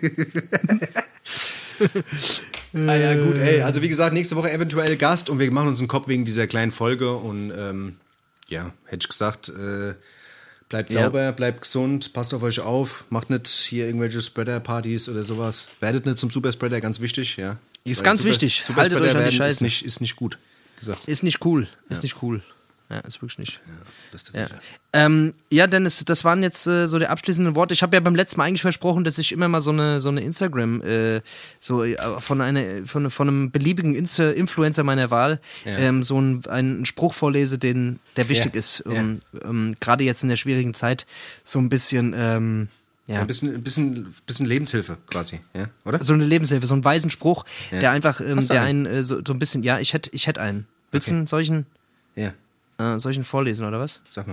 Ja, gut, ey. Also wie gesagt, nächste Woche eventuell Gast und wir machen uns einen Kopf wegen dieser kleinen Folge und hätte ich gesagt, bleibt sauber, bleibt gesund, passt auf euch auf, macht nicht hier irgendwelche Spreader-Partys oder sowas. Werdet nicht zum Superspreader, ganz wichtig, ja. Ist ganz wichtig. Haltet euch an die Scheiße. Ist nicht gut, gesagt. Ist nicht cool. Ist nicht cool. Ja, ist wirklich nicht. Ja, das ist der ja, Dennis, das waren jetzt so die abschließenden Worte. Ich habe ja beim letzten Mal eigentlich versprochen, dass ich immer mal so eine Instagram, von einem beliebigen Influencer meiner Wahl, so einen Spruch vorlese, der wichtig ist. Gerade jetzt in der schwierigen Zeit so ein bisschen. Ein bisschen Lebenshilfe quasi, ja, oder? So eine Lebenshilfe, so einen weisen Spruch, der einfach, der einen so ein bisschen, ja, ich hätte einen. Willst du einen solchen? Ja. Soll ich ihn vorlesen, oder was? Sag mal.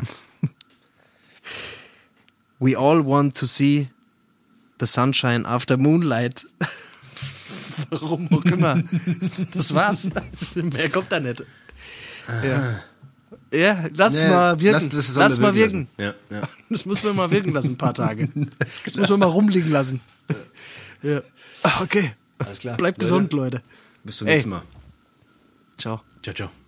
We all want to see the sunshine after moonlight. Warum auch immer. Das war's. Mehr kommt da nicht. Ja, lass mal wirken. Lass mal wirken. Ja. Das müssen wir mal wirken lassen, ein paar Tage. Das müssen wir mal rumliegen lassen. Ja. Okay. Alles klar. Bleibt gesund, Leute. Bis zum nächsten Mal. Ciao. Ciao.